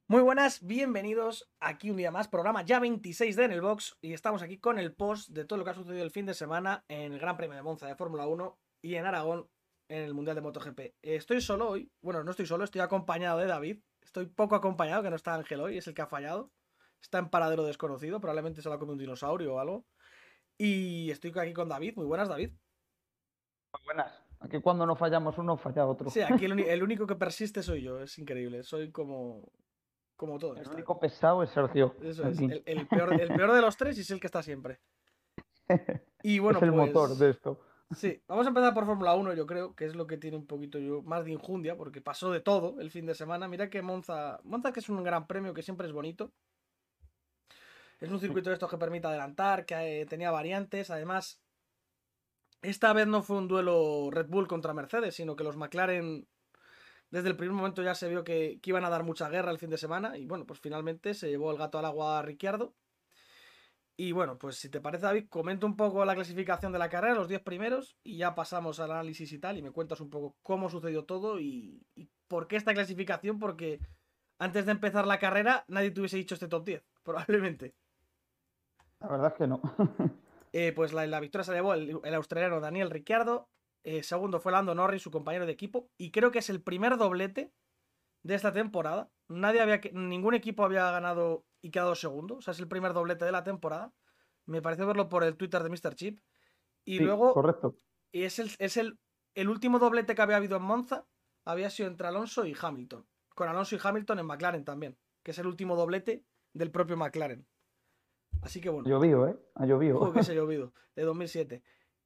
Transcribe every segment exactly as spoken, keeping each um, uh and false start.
Muy buenas, bienvenidos aquí un día más, programa ya veintiséis de En el Box y estamos aquí con el post de todo lo que ha sucedido el fin de semana en el Gran Premio de Monza de Fórmula Uno y en Aragón en el Mundial de MotoGP. Eh, Estoy solo hoy, bueno, no estoy solo, estoy acompañado de David, estoy poco acompañado, que no está Ángel hoy, es el que ha fallado, está en paradero desconocido, probablemente se lo ha comido un dinosaurio o algo. Y estoy aquí con David, muy buenas David. Muy buenas. Aquí cuando no fallamos uno, falla Sí, otro. aquí el, uni- el único que persiste soy yo, es increíble, soy como, como todo en El esta. único pesado es Sergio, Eso es, aquí. el, el peor, el peor de los tres y es el que está siempre. Y Es bueno, el motor de pues esto. sí, vamos a empezar por Fórmula Uno, yo creo, que es lo que tiene un poquito yo más de injundia, porque pasó de todo el fin de semana. Mira que Monza, Monza que es un gran premio, que siempre es bonito. Es un circuito de estos que permite adelantar, que eh, tenía variantes. Además, esta vez no fue un duelo Red Bull contra Mercedes, sino que los McLaren desde el primer momento ya se vio que, que iban a dar mucha guerra el fin de semana. Y bueno, pues finalmente se llevó el gato al agua a Ricciardo. Y bueno, pues si te parece, David, comento un poco la clasificación de la carrera, los diez primeros, y ya pasamos al análisis y tal, y me cuentas un poco cómo sucedió todo y, y por qué esta clasificación, porque antes de empezar la carrera nadie te hubiese dicho este top diez, probablemente. La verdad es que no. Eh, pues la, la victoria se la llevó el, el australiano Daniel Ricciardo, eh, segundo fue Lando Norris, su compañero de equipo, y creo que es el primer doblete de esta temporada. Nadie había, ningún equipo había ganado y quedado segundo, o sea, es el primer doblete de la temporada. Me pareció verlo por el Twitter de míster Chip. Y Sí, luego correcto. es el, es el, el último doblete que había habido en Monza, había sido entre Alonso y Hamilton. Con Alonso y Hamilton en McLaren también, que es el último doblete del propio McLaren. Así que Ha bueno, llovido, ¿eh? Ha llovido. juego que se ha llovido, de dos mil siete.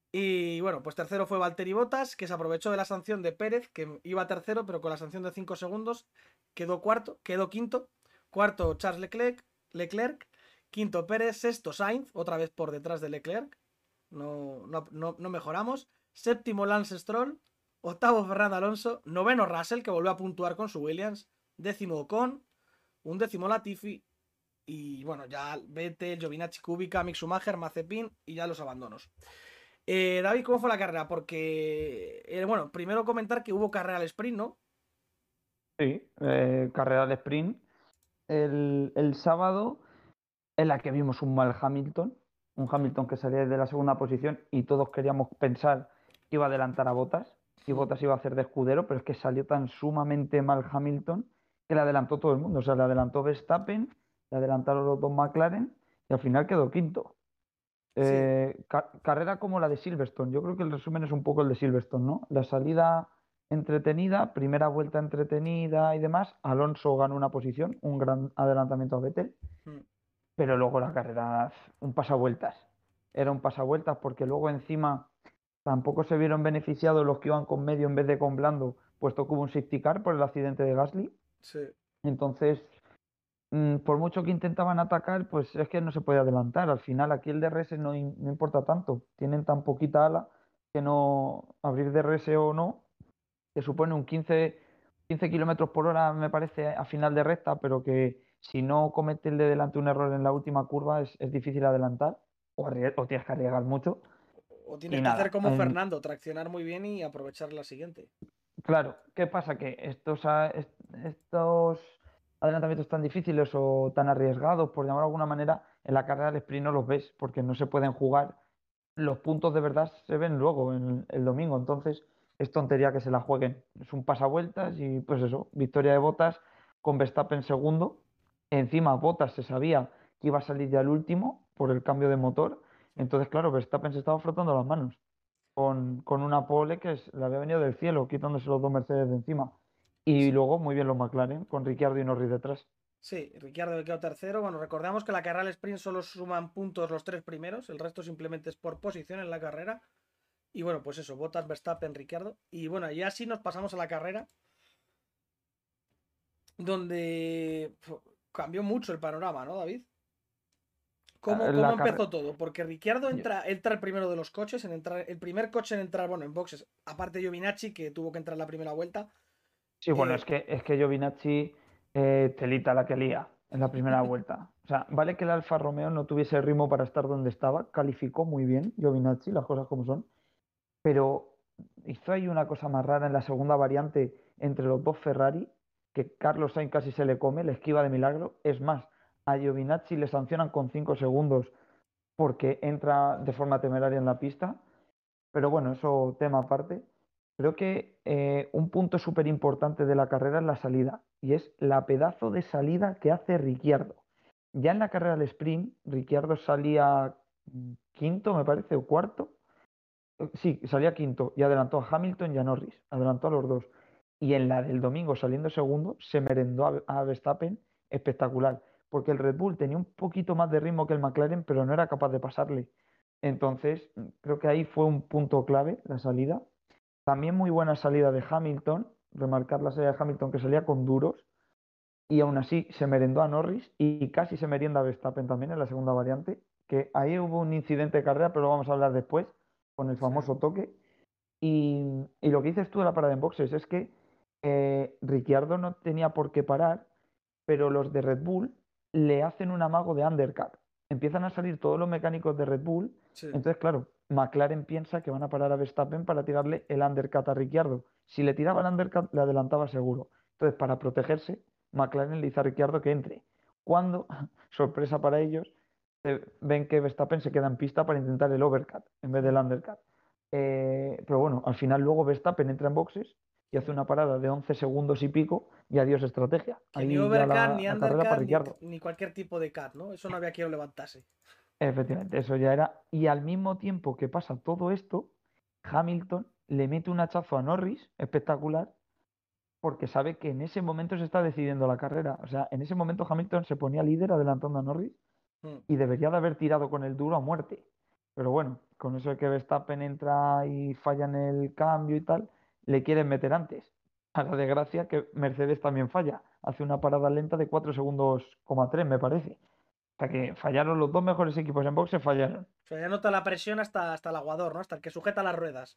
Y bueno, pues tercero fue Valtteri Bottas, que se aprovechó de la sanción de Pérez, que iba tercero, pero con la sanción de cinco segundos quedó cuarto, quedó quinto. Cuarto Charles Leclerc, Leclerc. Quinto Pérez, sexto Sainz, otra vez por detrás de Leclerc. No, no, no, no mejoramos. Séptimo Lance Stroll. Octavo Fernando Alonso. Noveno Russell, que volvió a puntuar con su Williams. Décimo Ocon. Un décimo Latifi. Y bueno, ya Vettel, Giovinazzi, Kubica, Mick Schumacher, Mazepin y ya los abandonos. Eh, David, ¿cómo fue la carrera? Porque, eh, bueno, primero comentar que hubo carrera al sprint, ¿no? Sí, eh, carrera de sprint. El, el sábado, en la que vimos un mal Hamilton, un Mm, Hamilton que salía de la segunda posición y todos queríamos pensar que iba a adelantar a Bottas y mm. Bottas iba a hacer de escudero, pero es que salió tan sumamente mal Hamilton que le adelantó todo el mundo. O sea, le adelantó Verstappen, le adelantaron los dos McLaren y al final quedó quinto. Sí, Eh, ca- carrera como la de Silverstone. Yo creo que el resumen es un poco el de Silverstone, ¿no? La salida entretenida, primera vuelta entretenida y demás. Alonso ganó una posición, un gran adelantamiento a Vettel, mm, pero luego la carrera, un pasavueltas. Era un pasavueltas porque luego encima tampoco se vieron beneficiados los que iban con medio en vez de con blando, puesto que hubo un safety car por el accidente de Gasly. sí, Entonces, mm, por mucho que intentaban atacar, pues es que no se puede adelantar. Al final, aquí el D R S no, im- no importa tanto. Tienen tan poquita ala que no abrir D R S o no, te supone un quince quince kilómetros por hora, me parece, a final de recta, pero que si no comete el de delante un error en la última curva es, es difícil adelantar o, arrie- o tienes que arriesgar mucho. o Y tienes que hacer nada, como en- Fernando, traccionar muy bien y aprovechar la siguiente. claro, ¿qué pasa? Que estos, a- est- estos adelantamientos tan difíciles o tan arriesgados, por llamarlo de alguna manera, en la carrera del sprint no los ves porque no se pueden jugar. Los puntos de verdad se ven luego en el domingo, entonces es tontería que se la jueguen. Es un pasavueltas y pues eso, victoria de Bottas con Verstappen segundo. Encima Bottas se sabía que iba a salir ya el último por el cambio de motor, Mm, entonces claro, Verstappen se estaba frotando las manos con, con una pole que es- le había venido del cielo, quitándose los dos Mercedes de encima. Y sí, luego muy bien los McLaren, con Ricciardo y Norris detrás. sí, Ricciardo quedó tercero. Bueno, recordamos que la carrera al sprint solo suman puntos los tres primeros, el resto simplemente es por posición en la carrera. Y bueno, pues eso, Bottas, Verstappen, Ricciardo. Y bueno, ya así nos pasamos a la carrera, donde fu, cambió mucho el panorama, ¿no, David? ¿Cómo, cómo La empezó carrera. todo? Porque Ricciardo entra, entra el primero de los coches, en entrar, el primer coche en entrar, bueno, en boxes, aparte de Giovinazzi, que tuvo que entrar en la primera vuelta. Sí, bueno, es Eh, que, es que Giovinazzi, eh, telita la que lía en la primera vuelta. O sea, vale que el Alfa Romeo no tuviese el ritmo para estar donde estaba, calificó muy bien Giovinazzi, las cosas como son, pero hizo ahí una cosa más rara en la segunda variante entre los dos Ferrari, que Carlos Sainz casi se le come, le esquiva de milagro. Es más, a Giovinazzi le sancionan con cinco segundos porque entra de forma temeraria en la pista. Pero bueno, eso tema aparte. Creo que eh, un punto súper importante de la carrera es la salida, y es la pedazo de salida que hace Ricciardo. Ya en la carrera del sprint, Ricciardo salía mm, quinto, me parece, o cuarto. Eh, Sí, salía quinto y adelantó a Hamilton y a Norris, adelantó a los dos. Y en la del domingo, saliendo segundo, se merendó a, a Verstappen espectacular, porque el Red Bull tenía un poquito más de ritmo que el McLaren, pero no era capaz de pasarle. Entonces, mm, creo que ahí fue un punto clave la salida. También muy buena salida de Hamilton, remarcar la salida de Hamilton que salía con duros y aún así se merendó a Norris y casi se merienda a Verstappen también en la segunda variante, que ahí hubo un incidente de carrera, pero lo vamos a hablar después, con el Sí, famoso toque. Y, y lo que dices tú de la parada en boxes es que eh, Ricciardo no tenía por qué parar, pero los de Red Bull le hacen un amago de undercut. Empiezan a salir todos los mecánicos de Red Bull, sí. entonces claro, McLaren piensa que van a parar a Verstappen para tirarle el undercut a Ricciardo. Si le tiraba el undercut, le adelantaba seguro. Entonces, para protegerse, McLaren le dice a Ricciardo que entre. Cuando, sorpresa para ellos, eh, ven que Verstappen se queda en pista para intentar el overcut en vez del Mm, undercut. Eh, pero bueno, al final luego Verstappen entra en boxes y hace mm. una parada de once segundos y pico y adiós estrategia. Que ni Ahí ya overcut, la, ni la carrera para undercut, ni, Ricciardo. ni cualquier tipo de cut, ¿no? Eso no había quien lo levantase. Efectivamente, eso ya era. Y al mismo tiempo que pasa todo esto, Hamilton le mete un hachazo a Norris, espectacular, porque sabe que en ese momento se está decidiendo la carrera. O sea, en ese momento Hamilton se ponía líder adelantando a Norris Mm, y debería de haber tirado con el duro a muerte. Pero bueno, con eso de que Verstappen entra y falla en el cambio y tal, le quieren meter antes. A la desgracia que Mercedes también falla. Hace una parada lenta de cuatro segundos, coma tres, me parece. O sea que fallaron los dos mejores equipos en boxe, fallaron. O sea, ya nota la presión hasta, hasta el aguador, ¿no? Hasta el que sujeta las ruedas.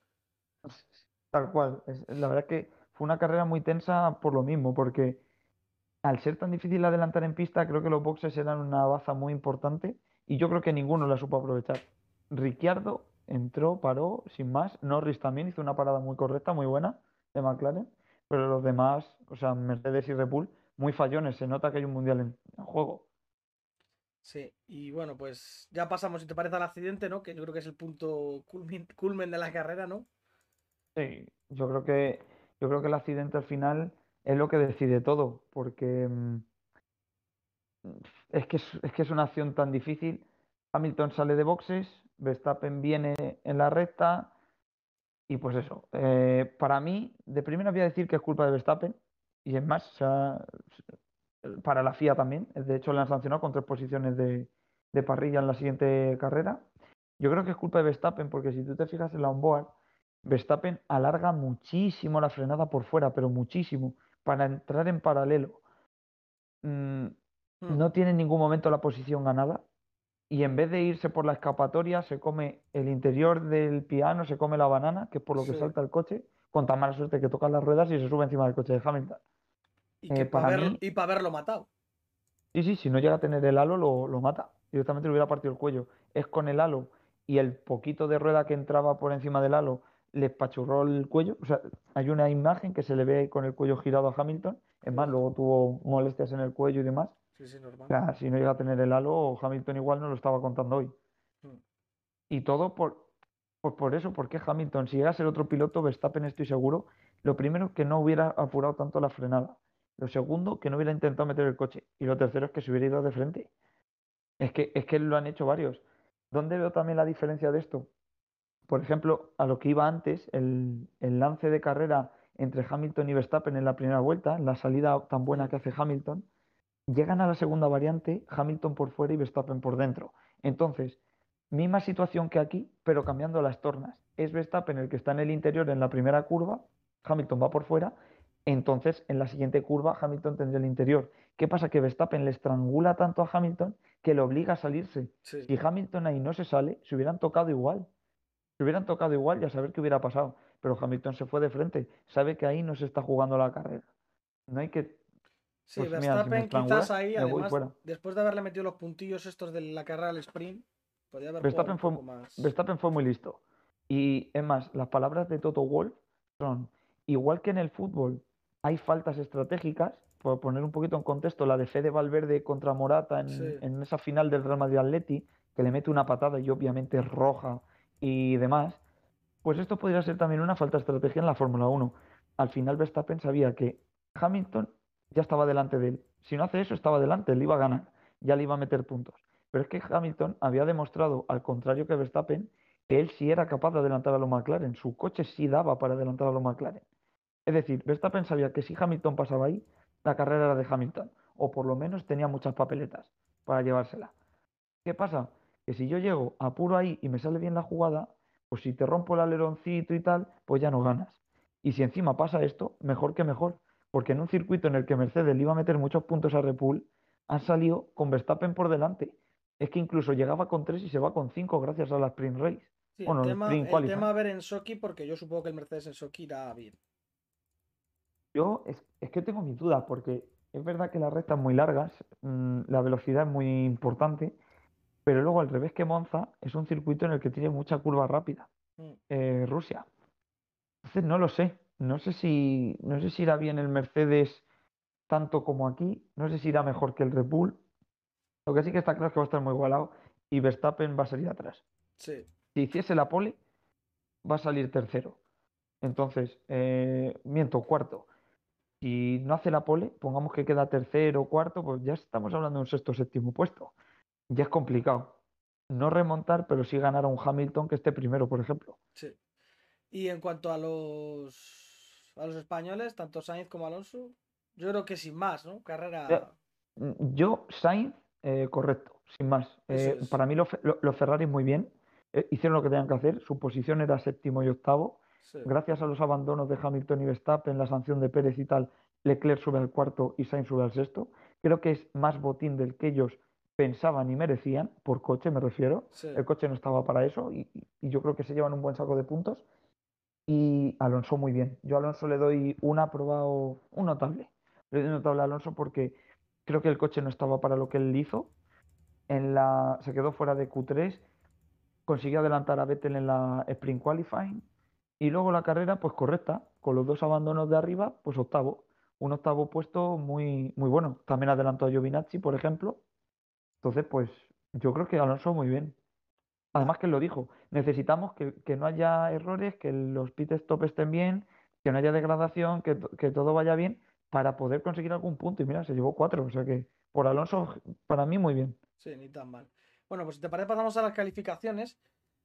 Tal cual. Es- la verdad que fue una carrera muy tensa por lo mismo, porque al ser tan difícil adelantar en pista, creo que los boxes eran una baza muy importante y yo creo que ninguno la supo aprovechar. Ricciardo entró, paró, sin más. Norris también hizo una parada muy correcta, muy buena de McLaren, pero los demás, o sea, Mercedes y Red Bull, muy fallones. Se nota que hay un mundial en, en juego. Sí, y bueno, pues ya pasamos, si te parece, al accidente, ¿no? Que yo creo que es el punto culmin, culmen de la carrera, ¿no? Sí, yo creo que, yo creo que el accidente al final es lo que decide todo, porque mm, es que es, es que es una acción tan difícil. Hamilton sale de boxes, Verstappen viene en la recta. Y pues eso, eh, para mí, de primera voy a decir que es culpa de Verstappen, y es más, o sea, para la F I A también, de hecho le han sancionado con tres posiciones de, de parrilla en la siguiente carrera. Yo creo que es culpa de Verstappen, porque si tú te fijas en la onboard, Verstappen alarga muchísimo la frenada por fuera, pero muchísimo, para entrar en paralelo. Mm, Mm, no tiene en ningún momento la posición ganada, y en vez de irse por la escapatoria, se come el interior del piano, se come la banana, que es por lo que sí. salta el coche, con tan mala suerte que toca las ruedas y se sube encima del coche de Hamilton. Y que Eh, para para haber, mí, y para haberlo matado. sí, sí, si no llega a tener el halo, lo, lo mata. Directamente le hubiera partido el cuello. Es con el halo y el poquito de rueda que entraba por encima del halo le espachurró el cuello. O sea, hay una imagen que se le ve con el cuello girado a Hamilton. Es más, Joder. luego tuvo molestias en el cuello y demás. Sí, sí, O normal. sea, si no llega a tener el halo, Hamilton igual no lo estaba contando hoy. Mm, Y todo por, pues por eso, porque Hamilton, si llega a ser otro piloto, Verstappen estoy seguro, lo primero que no hubiera apurado tanto la frenada. Lo segundo, que no hubiera intentado meter el coche. Y lo tercero es que se hubiera ido de frente. Es que, es que lo han hecho varios. ¿Dónde veo también la diferencia de esto? Por ejemplo, a lo que iba antes, el, el lance de carrera entre Hamilton y Verstappen en la primera vuelta, la salida tan buena mm. que hace Hamilton, llegan a la segunda variante, Hamilton por fuera y Verstappen por dentro. Entonces, misma situación que aquí, pero cambiando las tornas. Es Verstappen el que está en el interior en la primera curva, Hamilton va por fuera, entonces en la siguiente curva Hamilton tendría el interior. ¿Qué pasa? Que Verstappen le estrangula tanto a Hamilton que le obliga a salirse. Sí. Si Hamilton ahí no se sale, se hubieran tocado igual. Se hubieran tocado igual y a saber qué hubiera pasado. Pero Hamilton se fue de frente, sabe que ahí no se está jugando la carrera. No hay que, Sí, pues mira, si me Verstappen quizás estrangulas, ahí, me voy además, fuera. después de haberle metido los puntillos estos de la carrera al sprint, podría haber jugado un Verstappen fue, poco más. Verstappen fue muy listo. Y es más, las palabras de Toto Wolff son, igual que en el fútbol hay faltas estratégicas, por poner un poquito en contexto, la de Fede Valverde contra Morata en, Sí, en esa final del Real Madrid Atleti, que le mete una patada y obviamente es roja y demás, pues esto podría ser también una falta de estrategia en la Fórmula Uno. Al final Verstappen sabía que Hamilton ya estaba delante de él. Si no hace eso, estaba delante, le iba a ganar, ya le iba a meter puntos. Pero es que Hamilton había demostrado, al contrario que Verstappen, que él sí era capaz de adelantar a los McLaren. Su coche sí daba para adelantar a los McLaren. Es decir, Verstappen sabía que si Hamilton pasaba ahí, la carrera era de Hamilton, o por lo menos tenía muchas papeletas para llevársela. ¿Qué pasa? Que si yo llego, apuro ahí y me sale bien la jugada, pues si te rompo el aleroncito y tal, pues ya no ganas. Y si encima pasa esto, mejor que mejor, porque en un circuito en el que Mercedes le iba a meter muchos puntos a Red Bull, han salido con Verstappen por delante. Es que incluso llegaba con tres y se va con cinco gracias a la Sprint Race. sí, el Bueno, tema, Sprint el tema Qualifying. a ver en Sochi, porque yo supongo que el Mercedes en Sochi irá bien. Yo es, es que tengo mis dudas, porque es verdad que las rectas muy largas, mm, la velocidad es muy importante, pero luego al revés que Monza, es un circuito en el que tiene mucha curva rápida. Mm. eh, Rusia. Entonces no lo sé. No sé si, no sé si irá bien el Mercedes tanto como aquí. No sé si irá mejor que el Red Bull. Lo que sí que está claro es que va a estar muy igualado y Verstappen va a salir atrás. Sí, Si hiciese la pole, va a salir tercero. Entonces, eh, miento, cuarto. Si no hace la pole, pongamos que queda tercero o cuarto, pues ya estamos hablando de un sexto o séptimo puesto. Ya es complicado. No remontar, pero sí ganar a un Hamilton que esté primero, por ejemplo. sí. Y en cuanto a los a los españoles, tanto Sainz como Alonso, yo creo que sin más, ¿no? Eh, Carrera, mm, Yo, Sainz, eh, correcto, sin más. eso Eh, es. para mí los, Fe- lo- los Ferraris muy bien, eh, hicieron lo que tenían que hacer, su posición era séptimo y octavo. Sí, Gracias a los abandonos de Hamilton y Verstappen, la sanción de Pérez y tal, Leclerc sube al cuarto y Sainz sube al sexto. Creo que es más botín del que ellos pensaban y merecían, por coche me refiero. sí. El coche no estaba para eso y, y- y yo creo que se llevan un buen saco de puntos. Y Alonso muy bien. Yo a Alonso le doy un aprobado, un notable. Le doy un notable a Alonso porque creo que el coche no estaba para lo que él hizo. En la, se quedó fuera de Q tres, consiguió adelantar a Vettel en la Sprint Qualifying y luego la carrera pues correcta, con los dos abandonos de arriba, pues octavo. Un octavo puesto muy, muy bueno. También adelantó a Giovinazzi, por ejemplo. Entonces, pues yo creo que Alonso muy bien. Va. Además que él lo dijo, necesitamos que, que no haya errores, que los pit stop estén bien, que no haya degradación, que, to- que todo vaya bien para poder conseguir algún punto. Y mira, se llevó cuatro, o sea que por Alonso, para mí muy bien. Sí, ni tan mal. Bueno, pues si te parece, pasamos a las calificaciones.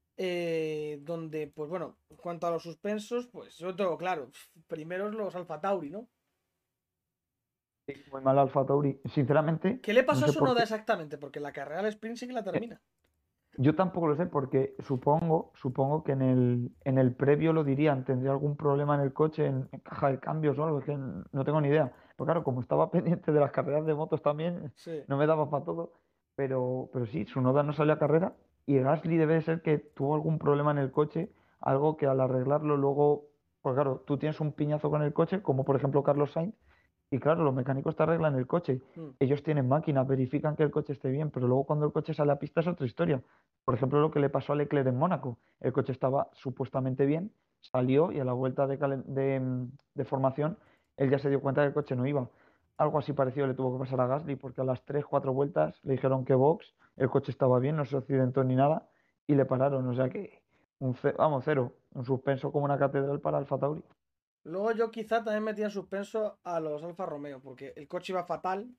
Eh, donde, pues bueno, en cuanto a los suspensos, pues yo tengo claro. Primeros los Alfa Tauri, ¿no? Sí, muy mal Alfa Tauri. Sinceramente, ¿Qué le no pasó a sé su por noda qué. exactamente? Porque la carrera del sprint sí que la Eh, termina. Yo tampoco lo sé porque supongo, supongo que en el, en el previo lo dirían, tendría algún problema en el coche, en, en caja de cambios o algo, es que n- no tengo ni idea. Pero claro, como estaba pendiente de las carreras de motos también, Sí, no me daba para todo. Pero, pero sí, su noda no salió a carrera y Gasly debe de ser que tuvo algún problema en el coche, algo que al arreglarlo luego, pues claro, tú tienes un piñazo con el coche, como por ejemplo Carlos Sainz, y claro, los mecánicos te arreglan el coche. mm, Ellos tienen máquinas, verifican que el coche esté bien, pero luego cuando el coche sale a pista es otra historia. Por ejemplo, lo que le pasó a Leclerc en Mónaco. El coche estaba supuestamente bien, salió y a la vuelta de, calen- de, mm, de formación él ya se dio cuenta que el coche no iba. Algo así parecido le tuvo que pasar a Gasly porque a las tres cuatro vueltas le dijeron que box, el coche estaba bien, no se accidentó ni nada y le pararon. O sea que, un ce- vamos, cero, un suspenso como una catedral para Alfa Tauri. luego yo quizá también metía en suspenso a los Alfa Romeo, porque el coche iba fatal.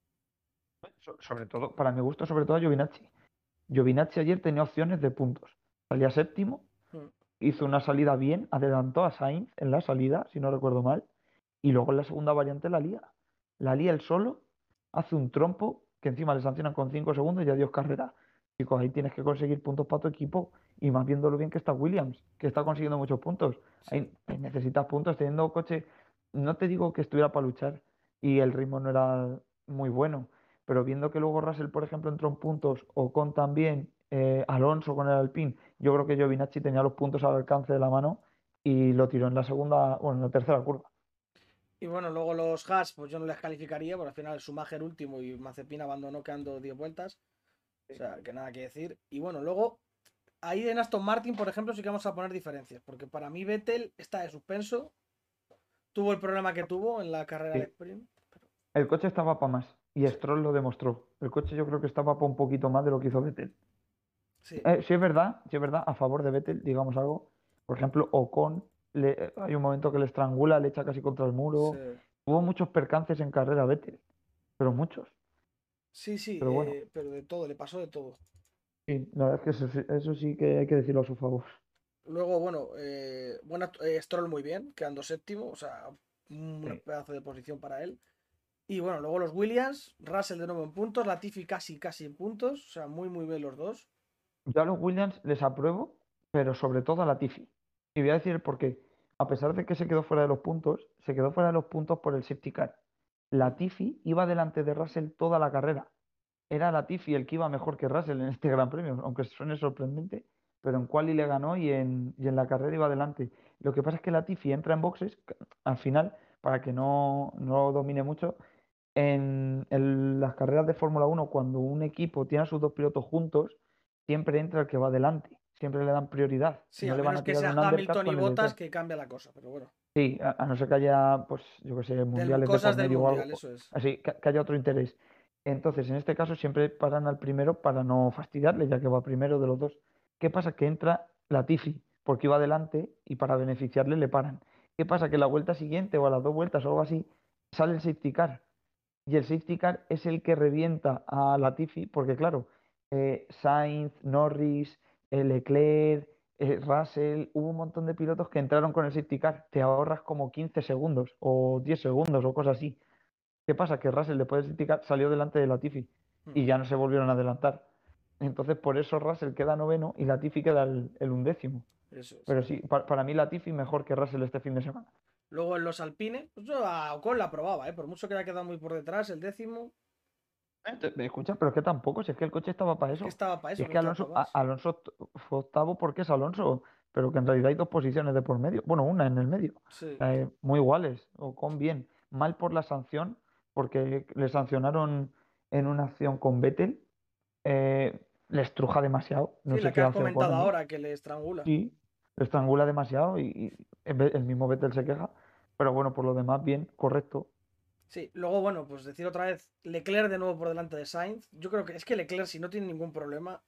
So- sobre todo, para mi gusto, sobre todo a Giovinazzi. Giovinazzi ayer tenía opciones de puntos. Salía séptimo, Mm, hizo una salida bien, adelantó a Sainz en la salida, si no recuerdo mal, y luego en la segunda variante la lía. La lía él solo, hace un trompo que encima le sancionan con cinco segundos y adiós carrera. Chicos, ahí tienes que conseguir puntos para tu equipo y más viendo lo bien que está Williams, que está consiguiendo muchos puntos. sí. Ahí, ahí necesitas puntos teniendo coche. No te digo que estuviera para luchar y el ritmo no era muy bueno, pero viendo que luego Russell, por ejemplo, entró en puntos, o con también eh, Alonso con el Alpine, yo creo que Giovinazzi tenía los puntos al alcance de la mano y lo tiró en la segunda, bueno, en la tercera curva. Y bueno, luego los Haas, pues yo no les calificaría, porque al final Schumacher último y Mazepin abandonó quedando diez vueltas. O Sí. sea, que nada que decir. Y bueno, luego, ahí en Aston Martin, por ejemplo, sí que vamos a poner diferencias, porque para mí Vettel está de suspenso, tuvo el problema que tuvo en la carrera de Sí. sprint. El coche estaba para más y Sí, Stroll lo demostró. El coche yo creo que estaba para un poquito más de lo que hizo Vettel. sí, Eh, sí es verdad, sí es verdad, a favor de Vettel, digamos algo. Por ejemplo, Ocon, le- eh, hay un momento que le estrangula, le echa casi contra el sí. muro. Hubo muchos percances en carrera Vettel, pero muchos. Sí, sí, Pero bueno, eh, pero de todo, le pasó de todo. sí, la verdad es que eso, sí eso sí que hay que decirlo a su favor. Luego, bueno, eh, buena, eh, Stroll muy bien, quedando séptimo, o sea, un Sí. pedazo de posición para él. Y bueno, luego los Williams, Russell de nuevo en puntos, Latifi casi, casi en puntos, o sea, muy, muy bien los dos. Yo a los Williams les apruebo, pero sobre todo a Latifi. Y voy a decir por qué. A pesar de que se quedó fuera de los puntos, se quedó fuera de los puntos por el safety car. Mm. Latifi iba delante de Russell toda la carrera. Era Latifi el que iba mejor que Russell en este Gran Premio, aunque suene sorprendente, pero en quali le ganó y en, y en la carrera iba adelante. Lo que pasa es que Latifi entra en boxes, c- al final, para que no, no domine mucho, en, en las carreras de Fórmula Uno cuando un equipo tiene a sus dos pilotos juntos, siempre entra el que va adelante, siempre le dan prioridad y Sí, no a le van menos a que tirar sea un undercut Hamilton y con el Bottas detrás. que cambia la cosa, pero bueno. Sí, a, a no ser que haya, pues, yo qué sé, Del, mundiales de cosas por del medio o Mundial, algo eso es. así, que, que haya otro interés. Entonces, en este caso, siempre paran al primero para no fastidiarle, ya que va primero de los dos. ¿Qué pasa? Que entra Latifi, porque iba adelante y para beneficiarle le paran. ¿Qué pasa? Que la vuelta siguiente o a las dos vueltas o algo así, sale el safety car y el safety car es el que revienta a Latifi, porque claro, eh, Sainz, Norris, eh, Leclerc, eh, Russell, hubo un montón de pilotos que entraron con el safety car. Te ahorras como quince segundos o diez segundos o cosas así. ¿Qué pasa? Que Russell después del safety car salió delante de Latifi Mm. y ya no se volvieron a adelantar. Entonces por eso Russell queda noveno y Latifi queda el, el undécimo. Eso es. Pero sí, pa- para mí Latifi mejor que Russell este fin de semana. Luego en los Alpine, pues yo a Ocon la probaba, ¿eh? Por mucho que haya quedado muy por detrás, el décimo, Eh, te- Me escucha, pero es que tampoco, si es que el coche estaba para es que eso. estaba para Y eso, es no que estaba para Alonso, a- más. Alonso t- fue octavo porque es Alonso, pero que en realidad hay dos posiciones de por medio. Bueno, una en el medio. Sí, Eh, muy iguales, o con bien. Mal por la sanción, porque le sancionaron en una acción con Vettel. Eh, le estruja demasiado, no sí, sé la que qué has hace Ocon comentado allí. ahora, que le estrangula. Sí, le estrangula demasiado y, y el el mismo Vettel se queja. Pero bueno, por lo demás, bien, correcto. Sí, luego, bueno, pues decir otra vez, Leclerc de nuevo por delante de Sainz. Yo creo que es que Leclerc, si no tiene ningún problema,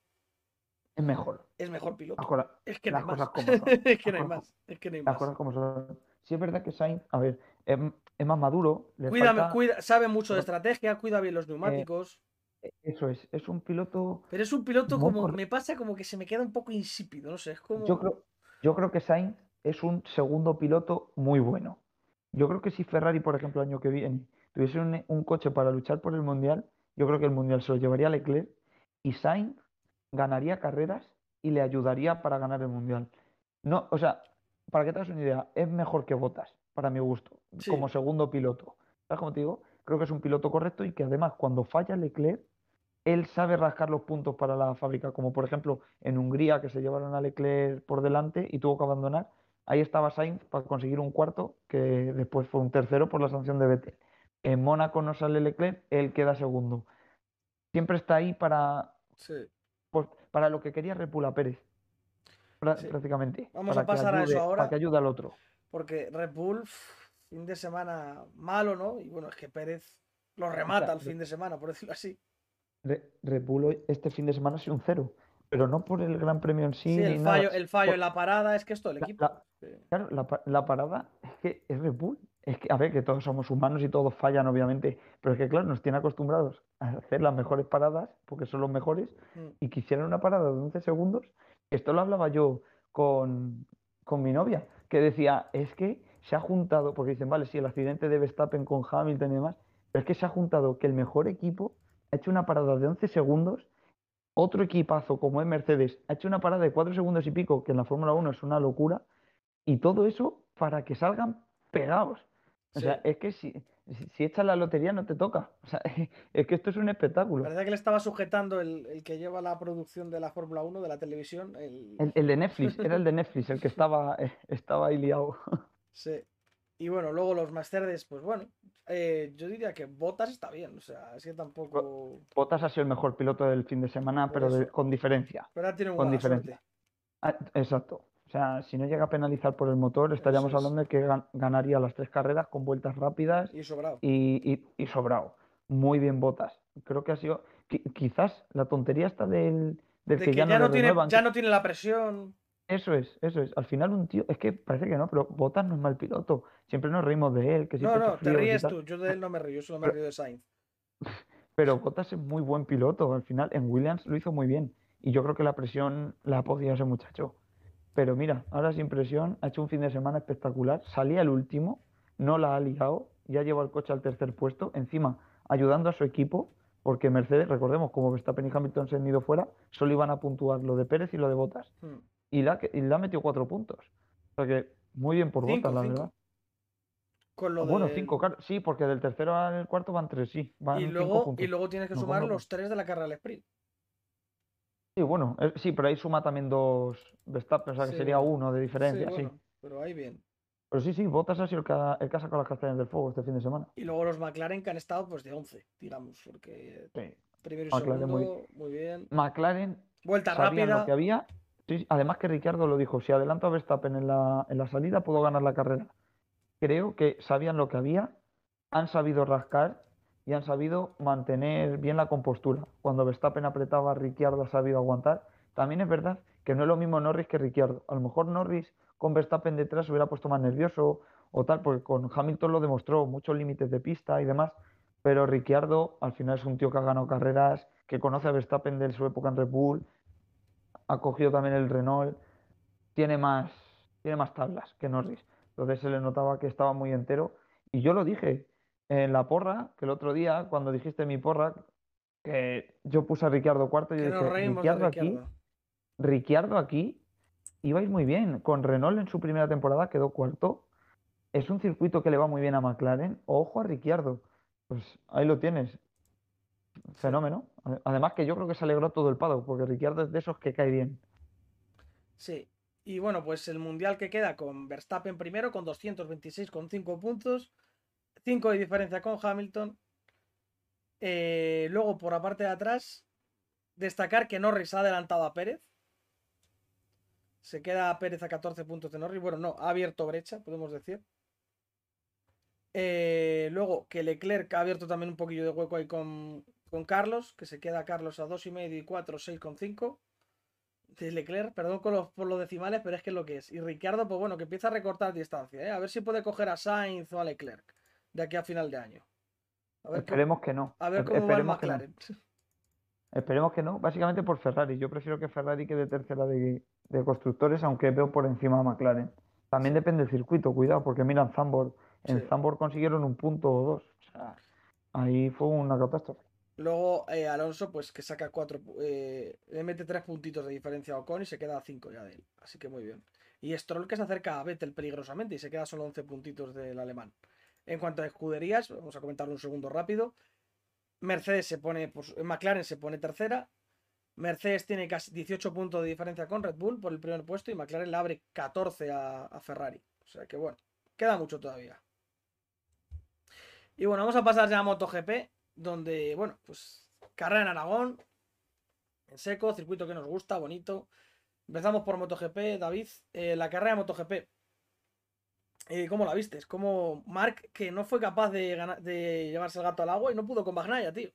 Es mejor. es mejor Las piloto. cosas, Es que no hay las cosas más. como son. Es que Las no hay cosas, más. Es que no hay las más. cosas como son. Sí es verdad que Sainz, a ver, es, es más maduro, le Cuida, falta... cuida, sabe mucho de ro- estrategia, cuida bien los eh, neumáticos. eso es, es un piloto Pero es un piloto muy como, correcto. me pasa como que se me queda un poco insípido, no sé, es Yo como... creo, yo creo que Sainz es un segundo piloto muy bueno. Yo creo que si Ferrari, por ejemplo, el año que viene, tuviese un, un coche para luchar por el Mundial, yo creo que el Mundial se lo llevaría Leclerc y Sainz ganaría carreras y le ayudaría para ganar el Mundial. No, o sea, para que te hagas una idea, es mejor que Bottas, para mi gusto, como Sí, segundo piloto. ¿Sabes cómo te digo? Creo que es un piloto correcto y que además cuando falla Leclerc, él sabe rascar los puntos para la fábrica, como por ejemplo en Hungría, que se llevaron a Leclerc por delante y tuvo que abandonar. Ahí estaba Sainz para conseguir un cuarto, que después fue un tercero por la sanción de Vettel. En Mónaco no sale Leclerc, él queda segundo. Siempre está ahí para, sí, pues, para lo que quería Red Bull a Pérez, prá- sí. prácticamente, Vamos a para que pasar a eso ayude, para ahora, que ayude al otro. porque Red Bull, uf, fin de semana malo, ¿no? Y bueno, es que Pérez lo remata Escucha, el fin de semana, por decirlo así. Re- Red Bull hoy- este fin de semana ha sido un cero, pero no por el Gran Premio en Sí, sí el ni nada, fallo, sino el fallo en por, la parada es que es todo el La, equipo. la- Sí, claro, la, pa- la parada es que es Red Bull. Es que, a ver, que todos somos humanos y todos fallan, obviamente, pero es que, claro, nos tiene acostumbrados a hacer las mejores paradas, porque son los mejores, mm, y quisieran una parada de once segundos. Esto lo hablaba yo con, con mi novia, que decía, es que se ha juntado, porque dicen, vale, sí, el accidente de Verstappen con Hamilton y demás, pero es que se ha juntado que el mejor equipo ha hecho una parada de once segundos, otro equipazo como es Mercedes ha hecho una parada de cuatro segundos y pico, que en la Fórmula Uno es una locura, y todo eso para que salgan pegados. O sea, sí. es que si, si, si echas la lotería no te toca. O sea, es que esto es un espectáculo. Parece que le estaba sujetando el, el que lleva la producción de la Fórmula Uno de la televisión. El... El, el de Netflix, era el de Netflix el que estaba, eh, estaba ahí liado. Sí. Y bueno, luego los Mercedes, pues bueno, eh, yo diría que Bottas está bien, o sea, es que tampoco Bottas ha sido el mejor piloto del fin de semana, por pero de- eso. con diferencia. Pero ahora tiene Con mala diferencia. suerte. Ah, exacto. O sea, si no llega a penalizar por el motor, Eso estaríamos es. hablando de que gan- ganaría las tres carreras con vueltas rápidas Y sobrado. y, y, y sobrado. Muy bien Botas. Creo que ha sido. qui- quizás la tontería está del, del De que que ya no ya le no tiene, renuevan. ya que- no tiene la presión. Eso es, eso es. Al final un tío, es que parece que no, pero Botas no es mal piloto. Siempre nos reímos de él, que si No, pechos no, te fríos y ríes tal. tú. Yo de él no me río, yo solo me Pero, río de Sainz. pero Bottas es muy buen piloto. Al final, en Williams lo hizo muy bien. Y yo creo que la presión la ha podido ese muchacho. Pero mira, ahora sin presión, ha hecho un fin de semana espectacular. Salía el último, no la ha liado, ya lleva el coche al tercer puesto, encima ayudando a su equipo, porque Mercedes, recordemos, como Verstappen y Hamilton se han ido fuera, solo iban a puntuar lo de Pérez y lo de Bottas. Hmm. Y la, y le ha metido cuatro puntos. O sea que muy bien por Bottas, Cinco, la verdad. cinco. Con lo Ah, bueno, cinco, del. claro. Sí, porque del tercero al cuarto van tres, sí, Y van cinco luego, y puntos. luego tienes que No sumar como dos. los tres de la carrera al sprint. Sí, bueno, eh, sí, pero ahí suma también dos Verstappen, o sea que Sí, sería bueno. uno de Sí, diferencia, sí. bueno. Pero ahí bien. Pero sí, sí, Bottas ha sido el que ha, el que ha sacado las castañas del fuego este fin de semana. Y luego los McLaren que han estado pues de once, digamos. Porque Sí, primero y McLaren muy. segundo, muy bien. McLaren Vuelta sabían lo que rápida. había. Sí, sí, además que Ricciardo lo dijo, si adelanto a Verstappen en la, en la salida puedo ganar la carrera. Creo que sabían lo que había, han sabido rascar y han sabido mantener bien la compostura. Cuando Verstappen apretaba, Ricciardo ha sabido aguantar. También es verdad que no es lo mismo Norris que Ricciardo. A lo mejor Norris con Verstappen detrás se hubiera puesto más nervioso o tal, porque con Hamilton lo demostró, muchos límites de pista y demás. Pero Ricciardo al final es un tío que ha ganado carreras, que conoce a Verstappen de su época en Red Bull, ha cogido también el Renault, tiene más, tiene más tablas que Norris. Entonces se le notaba que estaba muy entero. Y yo lo dije en la porra, que el otro día, cuando dijiste mi porra, que yo puse a Ricciardo cuarto, yo Que nos dije, reímos de Ricciardo aquí, Ricciardo. Ricciardo aquí iba a ir muy bien. Con Renault en su primera temporada quedó cuarto. Es un circuito que le va muy bien a McLaren. Ojo a Ricciardo. Pues ahí lo tienes. Sí. Fenómeno. Además que yo creo que se alegró todo el paddock, porque Ricciardo es de esos que cae bien. Sí. Y bueno, pues el mundial que queda con Verstappen primero con doscientos veintiséis con cinco puntos. cinco de diferencia con Hamilton. Eh, luego, por la parte de atrás, destacar que Norris ha adelantado a Pérez. Se queda Pérez a catorce puntos de Norris. Bueno, no, ha abierto brecha, podemos decir. Eh, luego que Leclerc ha abierto también un poquillo de hueco ahí con, con Carlos, que se queda Carlos a dos y medio y cuatro, seis con cinco. De Leclerc, perdón con los, por los decimales, pero es que es lo que es. Y Ricciardo, pues bueno, que empieza a recortar distancia, ¿eh? A ver si puede coger a Sainz o a Leclerc de aquí a final de año. A ver, cómo- Esperemos que no. a ver Esp- cómo va el Esperemos que no. McLaren. Esperemos que no, básicamente por Ferrari. Yo prefiero que Ferrari quede tercera de, de constructores, aunque veo por encima a McLaren. También Sí, depende del circuito, cuidado, porque mira en Zandvoort. En sí. Zandvoort consiguieron un punto o dos. O sea, ahí fue una catástrofe. Luego eh, Alonso, pues que saca cuatro, eh, le mete tres puntitos de diferencia a Ocon y se queda a cinco ya de él. Así que muy bien. Y Stroll que se acerca a Vettel peligrosamente y se queda solo once puntitos del alemán. En cuanto a escuderías, vamos a comentarlo un segundo rápido. Mercedes se pone, pues, McLaren se pone tercera. Mercedes tiene casi dieciocho puntos de diferencia con Red Bull por el primer puesto y McLaren le abre catorce a, a Ferrari. O sea que bueno, queda mucho todavía. Y bueno, vamos a pasar ya a MotoGP, donde, bueno, pues carrera en Aragón, en seco, circuito que nos gusta, bonito. Empezamos por MotoGP, David. Eh, la carrera de MotoGP, eh, ¿cómo la viste? Es como Mark que no fue capaz de, ganar- de llevarse el gato al agua y no pudo con Bagnaia, tío.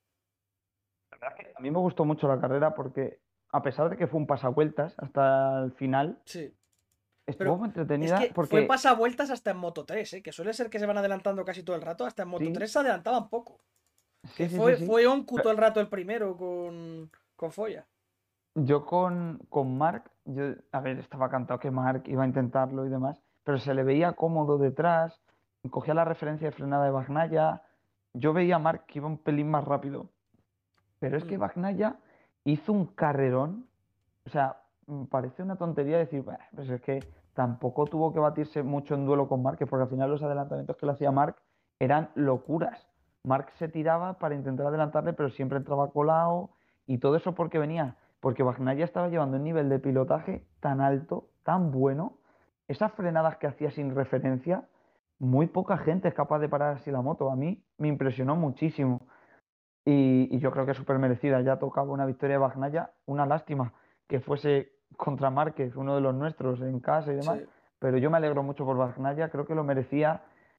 La verdad es que a mí me gustó mucho la carrera porque, a pesar de que fue un pasavueltas hasta el final, Sí. estuvo Pero muy es entretenida que fue porque, pasavueltas hasta en Moto tres, ¿eh? Que suele ser que se van adelantando casi todo el rato. Hasta en Moto sí, tres se adelantaban poco. Que sí, sí, sí, fue, sí. fue Onku todo el rato el primero con, con Foya. Yo con, con Mark, yo, a ver, estaba cantado que Mark iba a intentarlo y demás, pero se le veía cómodo detrás, cogía la referencia de frenada de Bagnaia. Yo veía a Mark que iba un pelín más rápido, pero es Mm. que Bagnaia hizo un carrerón. O sea, me parece una tontería decir, "Bah, pues es que tampoco tuvo que batirse mucho en duelo con Márquez, porque al final los adelantamientos que le hacía Marc eran locuras. Marc se tiraba para intentar adelantarle, pero siempre entraba colado y todo eso porque venía, porque Bagnaia estaba llevando un nivel de pilotaje tan alto, tan bueno, esas frenadas que hacía sin referencia, muy poca gente es capaz de parar así la moto. A mí me impresionó muchísimo. Y, y yo creo que es súper merecida. Ya tocaba una victoria de Bagnaia. Una lástima que fuese contra Márquez, uno de los nuestros en casa y demás, Sí. pero yo me alegro mucho por Bagnaia, creo que lo merecía.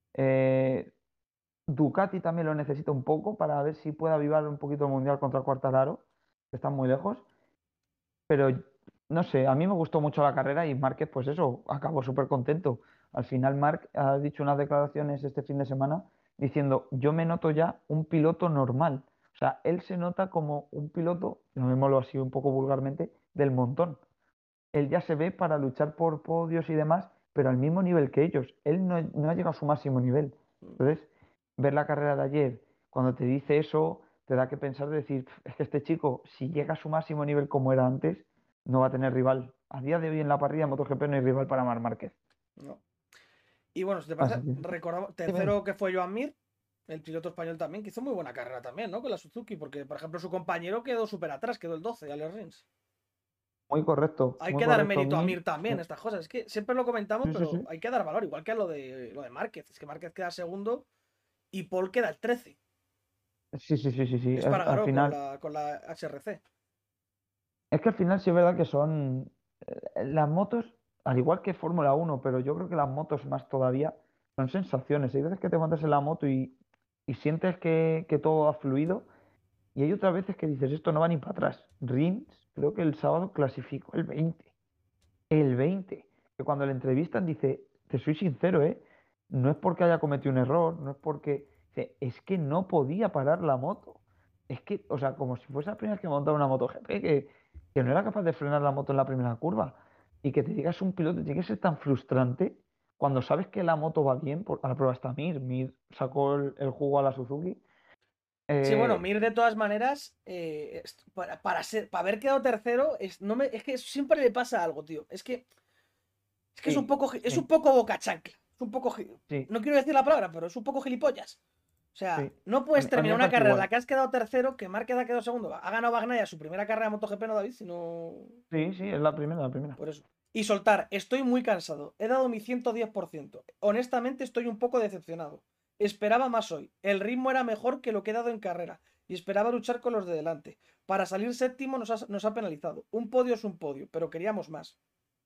Eh, Ducati también lo necesita un poco para ver si puede avivar un poquito el Mundial contra Quartararo, que están muy lejos. Pero no sé, a mí me gustó mucho la carrera y Márquez, pues eso, acabó súper contento. Al final, Marc ha dicho unas declaraciones este fin de semana diciendo: yo me noto ya un piloto normal. O sea, él se nota como un piloto, llamémoslo así un poco vulgarmente, del montón. Él ya se ve para luchar por podios y demás, pero al mismo nivel que ellos. Él no, no ha llegado a su máximo nivel. Entonces, ver la carrera de ayer, cuando te dice eso, te da que pensar de decir: "Pf, es que este chico, si llega a su máximo nivel como era antes, no va a tener rival. A día de hoy en la parrilla de MotoGP no hay rival para Marc Márquez". No. Y bueno, si te Así parece, que, recordamos, dime. tercero que fue Joan Mir, el piloto español también, que hizo muy buena carrera también, ¿no? Con la Suzuki, porque por ejemplo su compañero quedó súper atrás, quedó el doce, Alex Rins. Muy correcto, Hay muy que dar correcto. mérito a Mir, Mir también, sí, estas cosas. Es que siempre lo comentamos, sí, sí, pero sí. hay que dar valor, igual que a lo de lo de Márquez. Es que Márquez queda segundo y Paul queda el trece. Sí, sí, sí, sí, sí. Es- al Espargaró con final, la, con la H R C. es que al final sí es verdad que son eh, las motos, al igual que Fórmula Uno, pero yo creo que las motos más todavía son sensaciones. Hay veces que te montas en la moto y, y sientes que, que todo ha fluido, y hay otras veces que dices: esto no va ni para atrás. Rins, creo que el sábado clasificó el veinte. El veinte. Que cuando le entrevistan dice: te soy sincero, ¿eh? No es porque haya cometido un error, no es porque... dice, es que no podía parar la moto. Es que, o sea, como si fuese la primera vez que montaba una moto G P, que, que no era capaz de frenar la moto en la primera curva. Y que te digas un piloto, tiene que ser tan frustrante cuando sabes que la moto va bien. Por, a la prueba está Mir. Mir sacó el, el jugo a la Suzuki. Sí, bueno, Eh, Mir de todas maneras, eh, est- para, para ser, para haber quedado tercero, es, no me, es que siempre le pasa algo, tío. Es que, es que es un sí, poco, gi- es un sí, poco boca chancla. Es un poco, gi- sí, no quiero decir la palabra, pero es un poco gilipollas. O sea, sí. no A puedes mí, a mí terminar me una parece carrera en la igual. que has quedado tercero, que Márquez ha quedado segundo. Ha ganado Bagnaia su primera carrera de MotoGP, no David, sino Sí, sí, es la primera, la primera. por eso. Y soltar, estoy muy cansado. He dado mi ciento diez por ciento. Honestamente estoy un poco decepcionado. Esperaba más hoy. El ritmo era mejor que lo que he dado en carrera. Y esperaba luchar con los de delante. Para salir séptimo nos ha, nos ha penalizado. Un podio es un podio, pero queríamos más.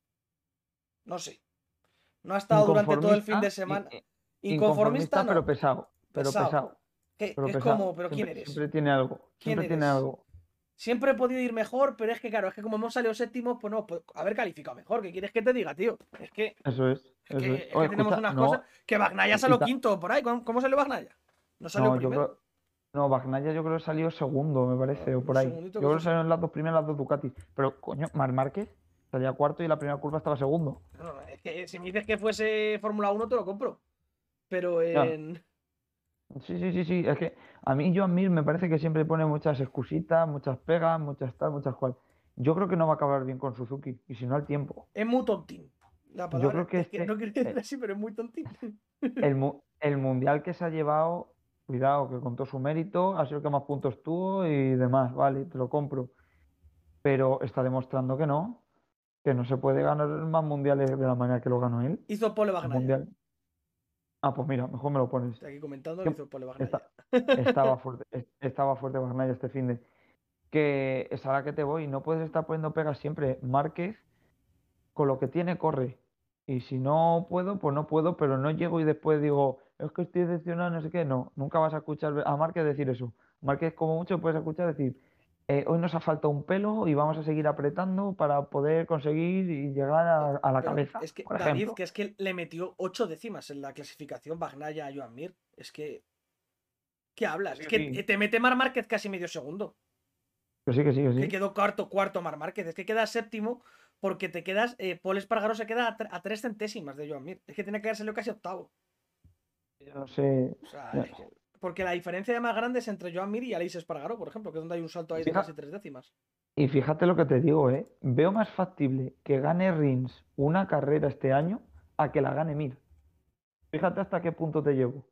No sé. No ha estado durante todo el fin de Inconformista, i- semana. i- Inconformista, inconformista, pero no. pesado, pero Pesado. pesado, Que, que pero es como, pesado. pero ¿quién Siempre, eres? siempre tiene algo, ¿Quién siempre tiene eres? algo. Siempre he podido ir mejor, pero es que claro, es que como hemos salido séptimos, pues no, pues haber calificado mejor. ¿Qué quieres que te diga, tío? Es que Eso es, Es eso es. que, es Oye, que tenemos escucha, unas cosas. no, Que Bagnaia y, y salió ta- quinto por ahí. ¿Cómo, cómo salió Bagnaia? No salió no, yo primero. creo, no, Bagnaia yo creo que salió segundo, me Ah, parece, o un por ahí. segundito Yo que creo fue. que salieron las dos primeras, las dos Ducati. Pero, coño, Marc Márquez salía cuarto y la primera curva estaba segundo. No, es que si me dices que fuese Fórmula Uno te lo compro. Pero Ya. en. Sí, sí, sí, sí. Es que a mí Joan Mir me parece que siempre pone muchas excusitas, muchas pegas, muchas tal, muchas cual. Yo creo que no va a acabar bien con Suzuki, y si no al tiempo. Es muy tontín. La Yo creo palabra. que Es que no este, quiero decir eh, así, pero es muy tontín. el, mu- el mundial que se ha llevado, cuidado, que con todo su mérito, ha sido el que más puntos tuvo y demás, vale, te lo compro. Pero está demostrando que no, que no se puede ganar más mundiales de la manera que lo ganó él. Hizo pole Un Bagnaia. mundial. Ah, pues mira, mejor me lo pones. Estoy aquí comentando que Que hizo pole Bagnaia. está- estaba fuerte, es- estaba fuerte Bagnaia este fin de. Que es a la que te voy, no puedes estar poniendo pegas siempre. Márquez, con lo que tiene, corre. Y si no puedo, pues no puedo, pero no llego y después digo: es que estoy decepcionado, no sé qué. No, nunca vas a escuchar a Márquez decir eso. Márquez, como mucho, puedes escuchar decir: "Eh, hoy nos ha faltado un pelo y vamos a seguir apretando para poder conseguir y llegar a, a la Pero cabeza", es que, por David, ejemplo. que es que le metió ocho décimas en la clasificación Bagnaia a Joan Mir. Es que. ¿Qué Que hablas? sí, Es que que sí, te mete Mar Márquez casi medio segundo. que sí, que sí, que Que sí. quedó cuarto, cuarto Mar Márquez. Es que queda séptimo porque te quedas. Eh, Paul Espargaro se queda a, tre- a tres centésimas de Joan Mir. Es que tiene que haber salido casi octavo. Yo no sé. O sea, yo- es que. Porque la diferencia más grande es entre Joan Mir y Aleix Espargaro, por ejemplo, que es donde hay un salto Y ahí de casi fija- tres décimas. y fíjate lo que te digo, ¿eh? Veo más factible que gane Rins una carrera este año a que la gane Mir. Fíjate hasta qué punto te llevo.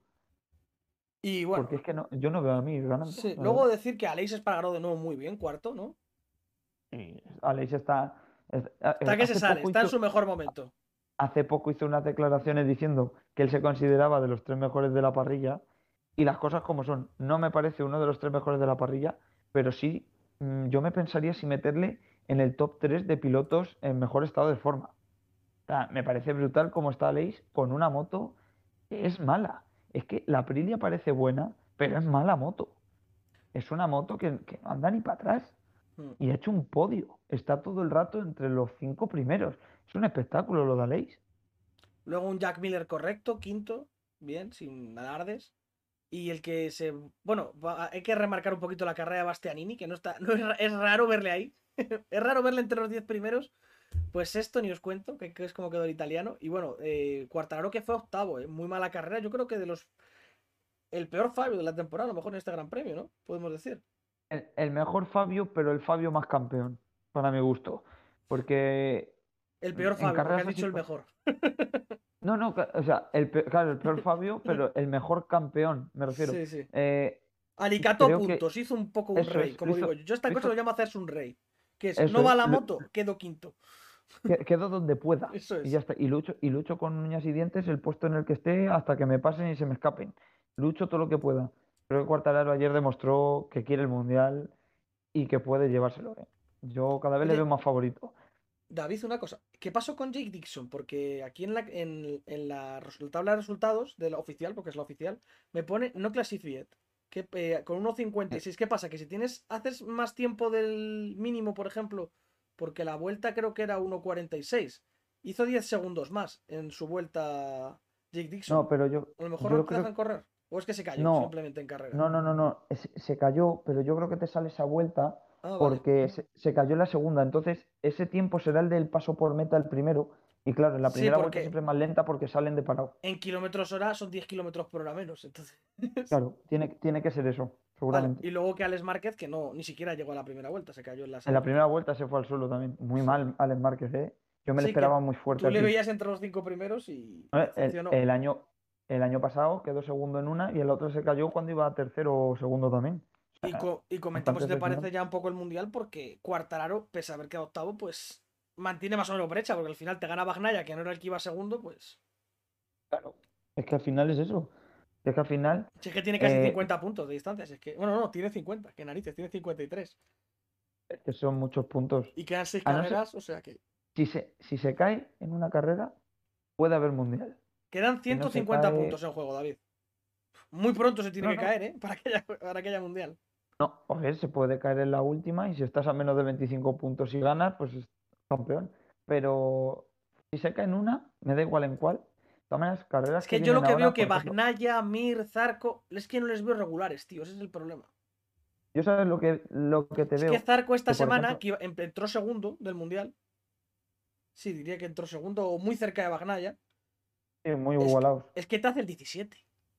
Y bueno, Porque es que no, yo no veo a Mir ganando, sí. la Luego verdad. decir que Aleix Espargaro de nuevo muy bien, cuarto, ¿no? Y Aleix está. es- a- Está eh, que se hace sale, poco está en hizo, su mejor momento. hace poco hizo unas declaraciones diciendo que él se consideraba de los tres mejores de la parrilla. Y las cosas como son. No me parece uno de los tres mejores de la parrilla, pero sí, mm, yo me pensaría si meterle en el top tres de pilotos en mejor estado de forma. O sea, me parece brutal cómo está Aleix con una moto que es mala. Es que la Aprilia parece buena, pero es mala moto. Es una moto que, que no anda ni para atrás. Mm. Y ha hecho un podio. Está todo el rato entre los cinco primeros. Es un espectáculo lo de Aleix. Luego un Jack Miller correcto, quinto, bien, sin alardes. Y el que se. Bueno, va- hay que remarcar un poquito la carrera de Bastianini, que no está. No es, ra- es raro verle ahí. Es raro verle entre los diez primeros. Pues esto ni os cuento, que, que es como quedó el italiano. Y bueno, eh, Quartararo que fue octavo, eh, muy mala carrera. Yo creo que de los. El peor Fabio de la temporada, a lo mejor en este gran premio, ¿no? Podemos decir. El, el mejor Fabio, pero el Fabio más campeón, para mi gusto. Porque El peor en Fabio, porque has carreras así. dicho el mejor. No, no, ca- o sea, el, pe- claro, el peor Fabio, pero el mejor campeón, me refiero. Sí, sí. Eh, Alicató creo que puntos, hizo un poco un eso rey, es, lo como digo hizo, yo. Yo esta lo cosa lo hizo, llamo hacerse un rey. Que es, no eso va es, la lo- moto, quedo quinto. que- quedo donde pueda. Eso Y ya es. está. Y lucho, y lucho con uñas y dientes el puesto en el que esté hasta que me pasen y se me escapen. Lucho todo lo que pueda. Creo que Quartararo ayer demostró que quiere el Mundial y que puede llevárselo, ¿eh? Yo cada vez le veo Oye, más favorito. David, una cosa. ¿Qué pasó con Jake Dixon? Porque aquí en la, en, en la, res- la tabla de resultados de la oficial, porque es la oficial, me pone no classified. Que, eh, con uno cincuenta y Eh, seis. ¿Qué pasa? Que si tienes, haces más tiempo del mínimo, por ejemplo, porque la vuelta creo que era uno cuarenta y seis. Hizo diez segundos más en su vuelta Jake No, Dixon. pero yo, A lo mejor no yo te dejan creo, correr. O es que se cayó no, simplemente en carrera. no, no, no, no, es- se cayó, pero yo creo que te sale esa vuelta Ah, vale. porque se, se cayó en la segunda. Entonces, ese tiempo será el del paso por meta el primero. Y claro, en la Sí, primera vuelta porque siempre es más lenta porque salen de parado. en kilómetros hora son diez kilómetros por hora menos. Entonces. Claro, tiene, tiene que ser eso, Vale, seguramente. y luego que Alex Márquez, que no, ni siquiera llegó a la primera vuelta, se cayó en la En la segunda. primera vuelta se fue al suelo también. Muy Sí. mal, Alex Márquez, ¿eh? Yo me lo Sí, que esperaba muy fuerte tú le aquí. veías entre los cinco primeros y ¿No? El, decepcionó. el año, el año pasado quedó segundo en una y el otro se cayó cuando iba a tercero o segundo también. O Y, sea, co- y comentamos bastante si te parece decepcionante. ya un poco el mundial, porque Quartararo, pese a haber quedado octavo, pues mantiene más o menos brecha, porque al final te gana Bagnaia, que no era el que iba segundo, pues. Claro. Es que al final es eso. Es que al final Si es que tiene casi eh, cincuenta puntos de distancia, si es que. Bueno, no, tiene cincuenta, que narices, tiene cincuenta y tres. es que son muchos puntos. Y quedan seis A no ser, carreras, o sea que. si se, si se cae en una carrera, puede haber mundial. Quedan Si no ciento se cincuenta puntos cae. en juego, David. Muy pronto se tiene No, que no. caer, ¿eh? Para que haya, para que haya mundial. No, o sea, se puede caer en la última y si estás a menos de veinticinco puntos y ganas, pues es campeón. Pero si se cae en una, me da igual en cuál. De todas maneras, carreras Es que que yo lo vienen que veo ahora, que por ejemplo, Bagnaia, Mir, Zarco, es que no les veo regulares, tío, ese es el problema. yo sabes lo que, lo que te Es que veo, Zarco esta que por semana, ejemplo, que iba- em- entró segundo del Mundial, sí, diría que entró segundo o muy cerca de Bagnaia, sí, muy es que, igualados. es que te hace el diecisiete.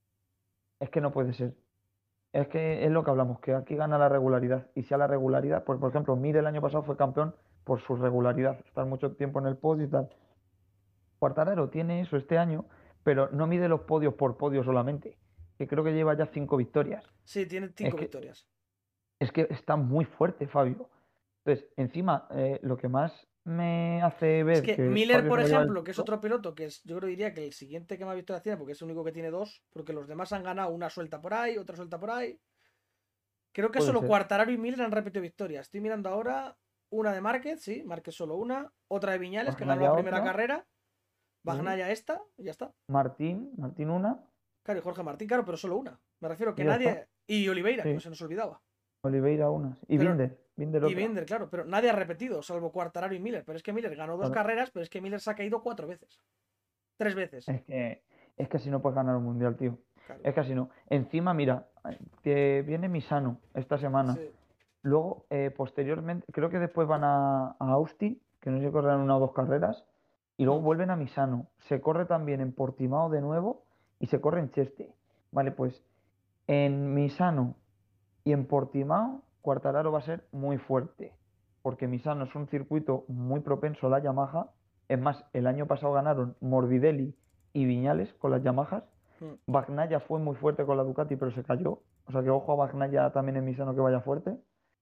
Es que no puede ser. Es que es lo que hablamos, que aquí gana la regularidad. Y si a la regularidad, pues por ejemplo, Mir el año pasado fue campeón por su regularidad, estar mucho tiempo en el podio y tal. Quartararo tiene eso este año, pero no mide los podios por podio solamente, que creo que lleva ya cinco victorias. Sí, tiene Es cinco que, victorias. es que está muy fuerte Fabio. Entonces, encima, eh, lo que más me hace Es ver que que Miller, Fabio por se va a llevar el ejemplo, que es título, otro piloto, que es, yo creo diría que el siguiente que más victorias tiene, porque es el único que tiene dos, porque los demás han ganado una suelta por ahí, otra suelta por ahí. Creo que puede solo ser. Quartararo y Miller han repetido victorias. Estoy mirando ahora una de Márquez, sí, Márquez solo una, otra de Viñales, que ganó la Bagnaia primera otra, carrera, sí. Bagnaia esta, y ya está. Martín, Martín una, Claro, y Jorge Martín, claro, pero solo una. Me refiero y que ya está. nadie. Y Oliveira, que Sí. se nos olvidaba. Oliveira una. Sí. Y Pero. Binder, Binder Y otra. Binder, claro, pero nadie ha repetido, salvo Quartararo y Miller. Pero es que Miller ganó dos Claro. carreras, pero es que Miller se ha caído cuatro veces. Tres veces. Es que, es que así no puedes ganar un mundial, tío. Claro. Es que así no. Encima, mira, que viene Misano esta semana. Sí. Luego, eh, posteriormente, creo que después van a, a Austin, que no sé si correrán una o dos carreras, y luego Hmm. vuelven a Misano. Se corre también en Portimao de nuevo y se corre en Cheste. Vale, pues en Misano y en Portimao, Quartararo va a ser muy fuerte, porque Misano es un circuito muy propenso a la Yamaha. Es más, el año pasado ganaron Morbidelli y Viñales con las Yamahas. Hmm. Bagnaia fue muy fuerte con la Ducati, pero se cayó. O sea que ojo a Bagnaia también en Misano que vaya fuerte.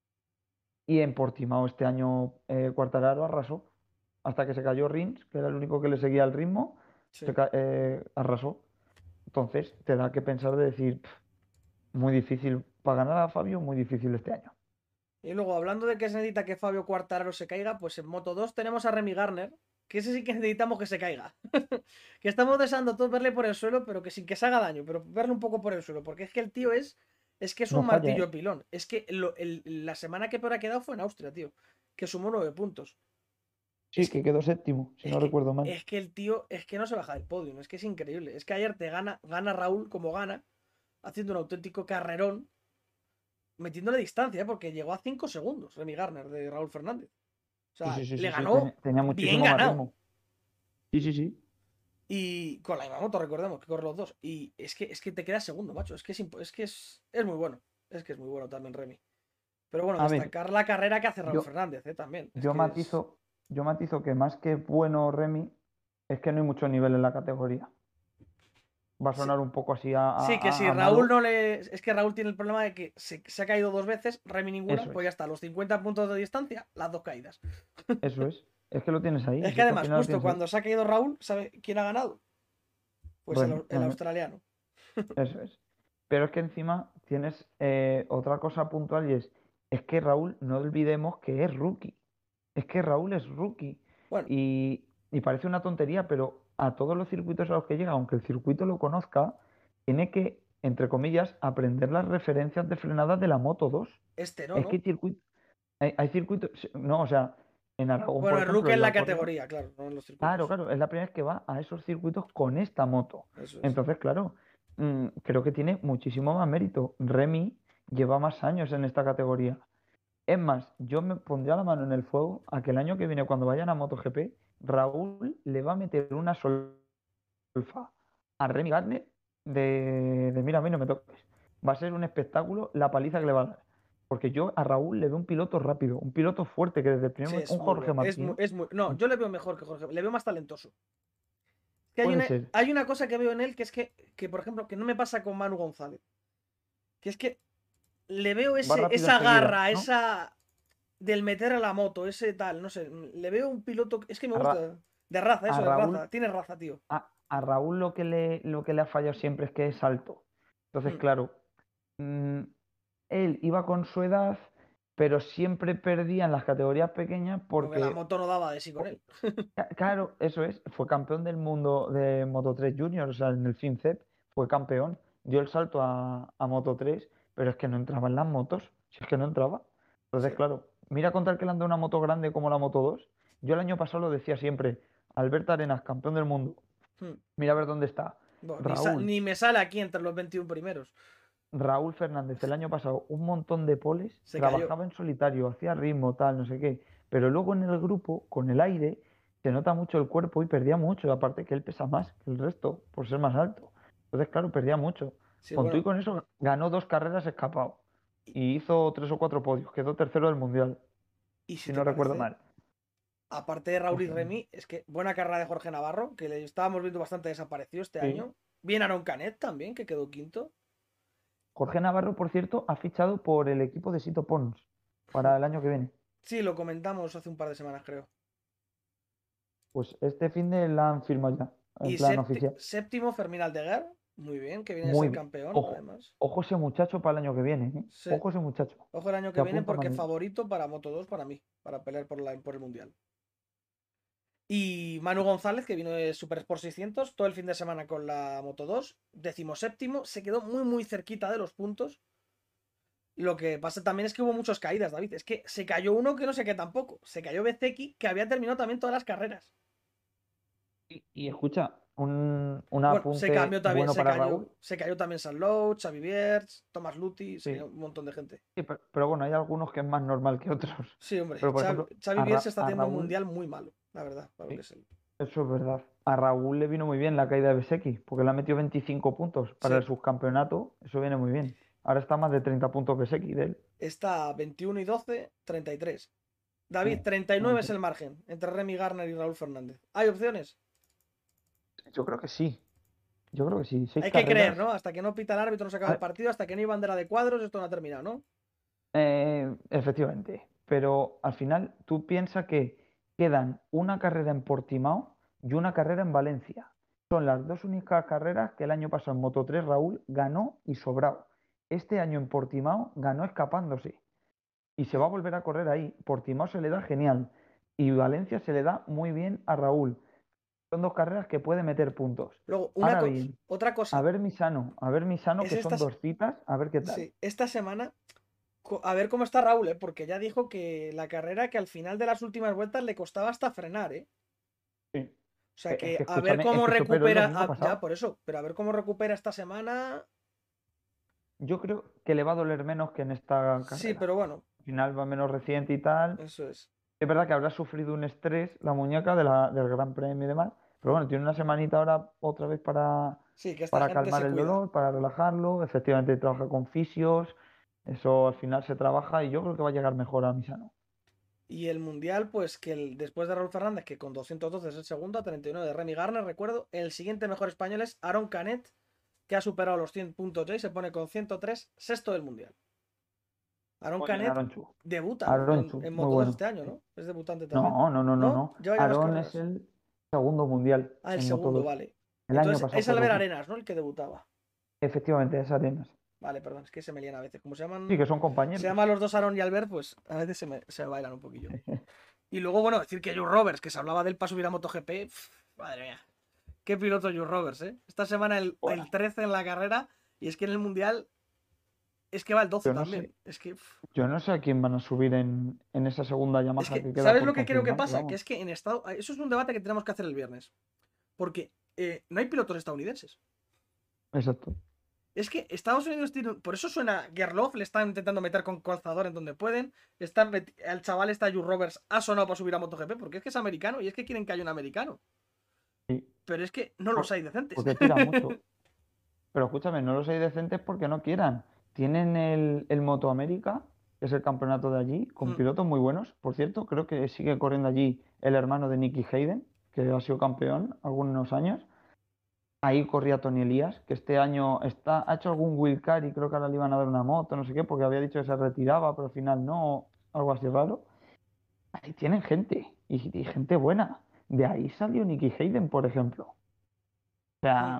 Y en Portimao este año eh, Quartararo arrasó. Hasta que se cayó Rins, que era el único que le seguía el ritmo, se Sí. ca- eh, arrasó. Entonces te da que pensar de decir, "Pf, muy difícil para ganar a Fabio, muy difícil este año". Y luego, hablando de que se necesita que Fabio Quartararo se caiga, pues en Moto dos tenemos a Remy Garner, que ese sí que necesitamos que se caiga. Que estamos deseando todos verle por el suelo, pero que sin que se haga daño, pero verle un poco por el suelo, porque es que el tío es, es que es No un falla, martillo ¿eh? de pilón. Es que lo- el- la semana que peor ha quedado fue en Austria, tío, que sumó nueve puntos. Sí, Es que que, quedó séptimo, si es no que, recuerdo mal. es que el tío, es que no se baja del podio, es que es increíble. Es que ayer te gana, gana Raúl como gana, haciendo un auténtico carrerón, metiéndole distancia, ¿eh? Porque llegó a cinco segundos Remy Garner de Raúl Fernández. O Sí, sea, sí, sí, le sí, sí, tenía, ganó tenía bien muchísimo más ganado. ritmo. Sí, sí, sí. Y con la misma moto, recordemos que corre los dos. Y es que, es que te queda segundo, macho. Es que es, es que es, es muy bueno. Es que es muy bueno también Remy. Pero bueno, A ver, destacar la carrera que hace Raúl yo, Fernández, ¿eh? También. Es yo que es. matizo, yo matizo que más que bueno Remy, es que no hay mucho nivel en la categoría. Va a Sí, sonar un poco así a, sí, que a- si a Raúl malo. no le. Es que Raúl tiene el problema de que se, se ha caído dos veces, Remy ninguna, Eso pues ya es, está, los cincuenta puntos de distancia, las dos caídas. eso es. Es que lo tienes ahí, Es si que es que al además, final lo justo tienes ahí. cuando se ha caído Raúl, ¿sabe quién ha ganado? Pues el, Remy, au- el ajá, australiano. eso es. Pero es que encima tienes eh, otra cosa puntual y es, es que Raúl, no olvidemos que es rookie. Es que Raúl es rookie Bueno, y, y parece una tontería, pero a todos los circuitos a los que llega, aunque el circuito lo conozca, tiene que, entre comillas, aprender las referencias de frenadas de la Moto dos. este no, Es que ¿no? hay circuitos, hay, hay circuitos, no, o sea, en Aragón, Bueno, por el rookie ejemplo, en él lo la ha corrido. categoría, claro, no en los Claro, circuitos. claro, es la primera vez que va a esos circuitos con esta moto. Eso es. Entonces, claro, mm, creo que tiene muchísimo más mérito. Remy lleva más años en esta categoría. Es más, yo me pondría la mano en el fuego a que el año que viene, cuando vayan a MotoGP, Raúl le va a meter una solfa a Remy Gardner de, de mira, a mí no me toques. Va a ser un espectáculo la paliza que le va a dar. Porque yo a Raúl le veo un piloto rápido, un piloto fuerte, que desde el primer Sí, momento, es un muy Jorge bueno. Es muy, Martín, es muy. No, yo le veo mejor que Jorge. Le veo más talentoso. Que hay puede una, ser, hay una cosa que veo en él que es que, que, por ejemplo, que no me pasa con Manu González. Que es que le veo va ese, rápido esa enseguida, garra, ¿no? esa del meter a la moto, ese tal, no sé. Le veo un piloto. Es que me A, Ra- gusta. De raza, a eso, de Raúl, raza. Tiene raza, tío. a, a Raúl lo que le, lo que le ha fallado siempre es que es alto. Entonces, Hmm. claro, mm, él iba con su edad, pero siempre perdía en las categorías pequeñas Porque la porque, moto no daba de sí con él. ca- claro, eso es, fue campeón del mundo de Moto tres Junior, o sea, en el FinCEP fue campeón, dio el salto a, a Moto tres, pero es que no entraba en las motos, si es que no entraba. Sí. Entonces, claro, mira contra el que le anda una moto grande como la Moto dos. Yo el año pasado lo decía siempre, Alberto Arenas, campeón del mundo, Hmm. mira a ver dónde está. Bueno, ni, sa- Raúl, ni me sale aquí entre los veintiún primeros. Raúl Fernández el año pasado un montón de poles, Se cayó. trabajaba en solitario, hacía ritmo, tal, no sé qué, pero luego en el grupo, con el aire, se nota mucho el cuerpo y perdía mucho, aparte que él pesa más que el resto, por ser más alto. Entonces, claro, perdía mucho. Sí, Con tú y bueno. con eso ganó dos carreras escapado y hizo tres o cuatro podios, quedó tercero del mundial, Y si si te no recuerdo parece, mal. aparte de O Raúl y sea, Remy, es que buena carrera de Jorge Navarro, que le estábamos viendo bastante desaparecido este sí. año. Bien Aaron Canet también, que quedó quinto. Jorge Navarro, por cierto, ha fichado por el equipo de Sito Pons para el año que viene. Sí, lo comentamos hace un par de semanas, creo. Pues este fin de la han firmado ya, en Y plan sépti- oficial. séptimo, Fermín Aldeguer. Muy bien, que viene a Muy ser bien. campeón, Ojo, además. ojo ese muchacho para el año que viene, ¿eh? Sí. Ojo ese muchacho. Ojo el año que Se viene apunta porque maneras. favorito para Moto dos para mí, para pelear por, la, por el Mundial. Y Manu González, que vino de Super Sport seiscientos todo el fin de semana con la Moto dos, decimoséptimo, se quedó muy muy cerquita de los puntos. Lo que pasa también es que hubo muchas caídas, David. Es que se cayó uno que no sé qué tampoco. Se cayó Bezeki, que había terminado también todas las carreras. Y, y escucha, un, un Bueno, se apunte cambió también, bueno se para cayó, Raúl. se cayó también San Lowe, Xavi Bierts, Thomas Luti, se cayó Sí, un montón de gente. sí, pero, pero bueno, hay algunos que es más normal que otros. Sí, hombre, Pero por Xavi, ejemplo, Xavi a, Bierts Ra- está a haciendo un Raúl, mundial muy malo, la verdad, para lo que sí, es él. eso es verdad. A Raúl le vino muy bien la caída de Besekki, porque le ha metido veinticinco puntos para el Sí, subcampeonato. Eso viene muy bien. Ahora está más de treinta puntos Besekki de él. está veintiuno y doce, treinta y tres. Sí, David, treinta y nueve es el mantiene. margen entre Remy Garner y Raúl Fernández. ¿Hay opciones? Yo creo que sí. Yo creo que sí. Seis Hay que creer, carreras. ¿no? Hasta que no pita el árbitro no se acaba el A- partido, hasta que no hay bandera de cuadros, esto no ha terminado, ¿no? Eh, efectivamente, pero al final tú piensas que quedan una carrera en Portimao y una carrera en Valencia. Son las dos únicas carreras que el año pasado en Moto tres Raúl ganó y sobrado. Este año en Portimao ganó escapándose. y se va a volver a correr ahí. Portimao se le da genial y Valencia se le da muy bien a Raúl. Son dos carreras que puede meter puntos. Luego, una Ahora co- bien, otra a cosa, ver Misano, a ver Misano, es que son esta, dos citas, a ver qué tal. sí, esta semana, co- a ver cómo está Raúl, ¿eh? Porque ya dijo que la carrera que al final de las últimas vueltas le costaba hasta frenar, ¿eh? Sí. O sea Eh, Es que que a ver escúchame, es cómo que superó el recupera, domingo a- ya pasado. por eso, pero a ver cómo recupera esta semana. Yo creo que le va a doler menos que en esta Sí, carrera. pero bueno, Al final va menos reciente y tal. eso es. Es verdad que habrá sufrido un estrés la muñeca de la- del Gran Premio y demás, pero bueno, tiene una semanita ahora otra vez para, Sí, que esta para gente calmar se el cuida. dolor, para relajarlo. Efectivamente trabaja con fisios, eso al final se trabaja y yo creo que va a llegar mejor a Misano. Y el mundial, pues que el- después de Raúl Fernández, que con doscientos doce es el segundo, a treinta y nueve de Remy Garner, recuerdo, el siguiente mejor español es Aaron Canet, que ha superado los cien puntos ya y se pone con ciento tres, sexto del mundial. Aaron Muy bien, Canet Aronchu. debuta, ¿no? En, Aronchu, en muy Moto dos bueno. este año, Sí. ¿no? Es debutante también. No, no, no, no, ¿No? no. Lleva ya más Aarón es carreras. el segundo mundial Ah, el en Moto segundo, dos. vale. El año Entonces pasado es fue Albert rookie. Arenas, ¿no? El que debutaba. Efectivamente, es Arenas. Vale, perdón, es que se me lían a veces. Como se Sí, que llaman. son Se compañeros. llaman los dos Aaron y Albert, pues a veces se me, se me bailan un poquillo. Y luego, bueno, decir que Joe Roberts, que se hablaba de él para subir a MotoGP. pf, madre mía. Qué piloto Joe Roberts, ¿eh? Esta semana el, Bueno, el trece en la carrera. Y es que en el mundial. Es que va el doce yo no sé, también. Es que. pf, yo no sé a quién van a subir en, en esa segunda Es Yamaha que, que queda ¿sabes por lo que creo que confirmar, pasa? Que vamos. es que en Estados. Eso es un debate que tenemos que hacer el viernes. Porque eh, no hay pilotos estadounidenses. Exacto. Es que Estados Unidos tiene. Por eso suena Gerloff, le están intentando meter con calzador en donde pueden. Están met- el chaval está Joe Roberts ha sonado para subir a MotoGP porque es que es americano y es que quieren que haya un americano. Sí. Pero es que no los Por- hay decentes. porque tira mucho. Pero escúchame, no los hay decentes porque no quieran. Tienen el, el Moto América, que es el campeonato de allí, con Hmm. pilotos muy buenos. Por cierto, creo que sigue corriendo allí el hermano de Nicky Hayden, que ha sido campeón algunos años. Ahí corría Tony Elías, que este año está, ha hecho algún wildcard y creo que ahora le iban a dar una moto, no sé qué, porque había dicho que se retiraba, pero al final no, algo así raro. Ahí tienen gente, y, y gente buena. De ahí salió Nicky Hayden, por ejemplo. O Hmm. sea,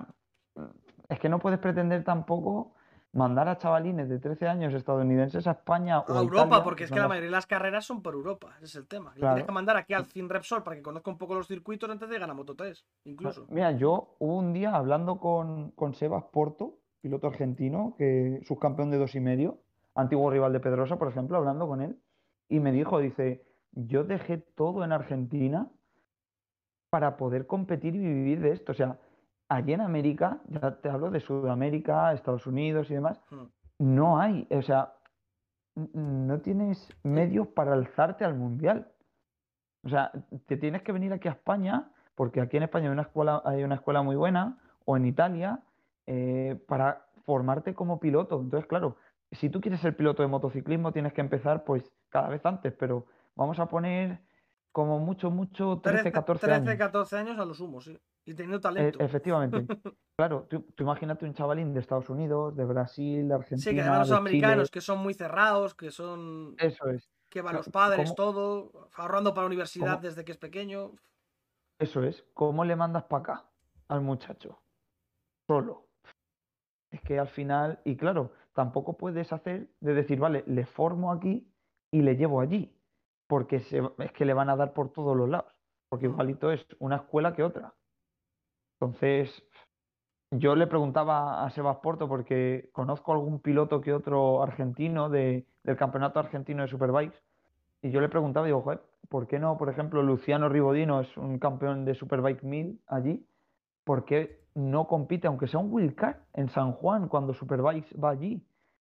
es que no puedes pretender tampoco mandar a chavalines de trece años estadounidenses a España A o a Europa, Italia, porque que es que son la las... mayoría de las carreras son por Europa. Ese es el tema. Le tienes que Claro. mandar aquí al Cin Repsol para que conozca un poco los circuitos antes de llegar a Moto tres, Claro. incluso. Mira, yo hubo un día hablando con, con Sebas Porto, piloto argentino, que subcampeón de dos y medio, antiguo rival de Pedrosa, por ejemplo, hablando con él, y me dijo, dice, yo dejé todo en Argentina para poder competir y vivir de esto. O sea, allí en América, ya te hablo de Sudamérica, Estados Unidos y demás, Hmm. no hay, o sea, n- no tienes El- medios para alzarte al mundial. O sea, te tienes que venir aquí a España, porque aquí en España hay una escuela, hay una escuela muy buena, o en Italia, eh, para formarte como piloto. Entonces, claro, si tú quieres ser piloto de motociclismo, tienes que empezar pues cada vez antes, pero vamos a poner como mucho, mucho trece trece, catorce trece, años. catorce años a lo sumo, sí. Y teniendo E- talento. efectivamente. Claro, tú, tú imagínate un chavalín de Estados Unidos, de Brasil, de Sí, que además Argentina, los de Chile. americanos, que son muy cerrados, que son. Eso es. Que van Ca- los padres, ¿Cómo, todo, ahorrando para la universidad cómo- desde que es pequeño. eso es. ¿Cómo le mandas para acá al muchacho? Solo. Es que al final, y claro, tampoco puedes hacer de decir, vale, le formo aquí y le llevo allí, porque se- es que le van a dar por todos los lados, porque Hmm. igualito es una escuela que otra. Entonces, yo le preguntaba a Sebas Porto, porque conozco algún piloto que otro argentino de- del campeonato argentino de Superbikes, y yo le preguntaba, digo, joder, ¿por qué no, por ejemplo, Luciano Ribodino es un campeón de Superbike mil allí? ¿Por qué no compite, aunque sea un wildcard, en San Juan cuando Superbikes va allí?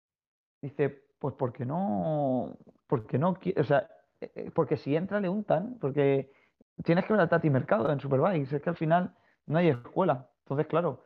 Dice, pues porque no, porque no, qui- o sea, eh, eh, porque si entra le untan, porque tienes que ver al Tati Mercado en Superbikes, es que al final no hay escuela. Entonces, claro,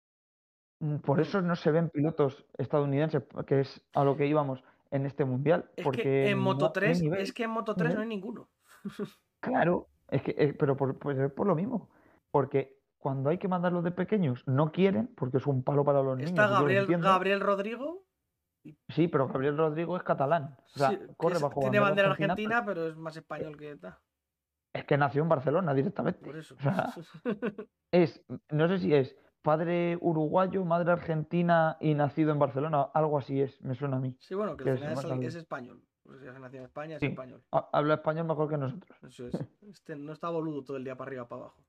mm, por Hmm. eso no se ven pilotos estadounidenses, que es a lo que íbamos en este mundial, Es que porque en Moto no, no hay tres, es nivel, que en Moto no hay tres no nivel. hay ninguno. Claro, es que, eh, pero por, pues es por lo mismo, porque cuando hay que mandarlos de pequeños no quieren, porque es un palo para los Está niños y yo lo Gabriel, entiendo. Gabriel Rodrigo, y- Sí, pero Gabriel Rodrigo es catalán, o sí, sea, que corre es- bajo tiene bandera bandera argentina, pero argentina, pero es más español que tal. es que nació en Barcelona Por directamente. eso. O sea, es, no sé si es padre uruguayo, madre argentina y nacido en Barcelona, algo así es, me suena a mí, Sí, bueno, que al que es, final es, bueno, el- es el- español. Pues si has nacido en España, es Sí, español. ha- habla español mejor que nosotros. Eso es. Este no está boludo todo el día para arriba para abajo.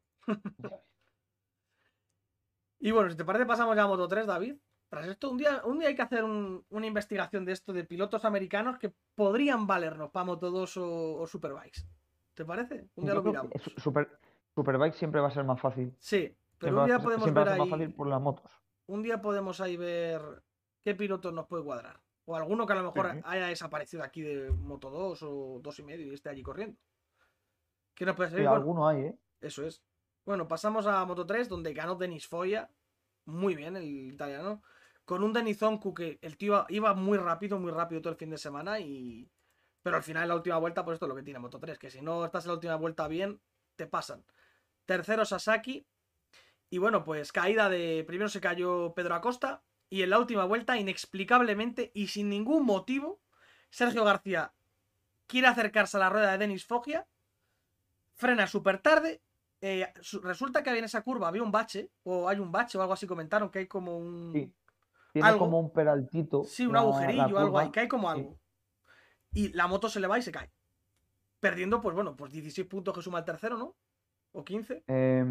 Y bueno, si te parece, pasamos ya a Moto tres, David. Tras esto, un día, un día hay que hacer un- una investigación de esto de pilotos americanos que podrían valernos para Moto dos o, o Superbikes. ¿Te parece? Un día Yo lo creo que miramos. su- super, Superbike siempre va a ser más fácil. Sí, pero Siempre un va a día ser, podemos siempre va ver a ser más fácil ahí. por las motos. Un día podemos ahí ver qué pilotos nos puede cuadrar. O alguno que a lo mejor Sí. haya desaparecido aquí de Moto dos o dos y medio y esté allí corriendo. ¿Qué nos puede Sí, servir? Bueno, alguno hay, ¿eh? eso es. Bueno, pasamos a Moto tres, donde ganó Denis Foya. Muy bien, el italiano. Con un Denis Zonku que el tío iba muy rápido, muy rápido todo el fin de semana. y Pero al final, en la última vuelta, pues esto es lo que tiene Moto tres. Que si no estás en la última vuelta bien, te pasan. Tercero, Sasaki. Y bueno, pues caída de. Primero se cayó Pedro Acosta. Y en la última vuelta, inexplicablemente y sin ningún motivo, Sergio García quiere acercarse a la rueda de Denis Foggia. Frena súper tarde. eh, resulta que había en esa curva había un bache. O hay un bache o algo así. Comentaron que hay como un. Sí. Tiene como Algo. un peraltito Sí, un la, la agujerillo o algo ahí. curva. Que hay como Sí. algo. Y la moto se le va y se cae. Perdiendo, pues bueno, pues dieciséis puntos que suma el tercero, ¿no? O quince.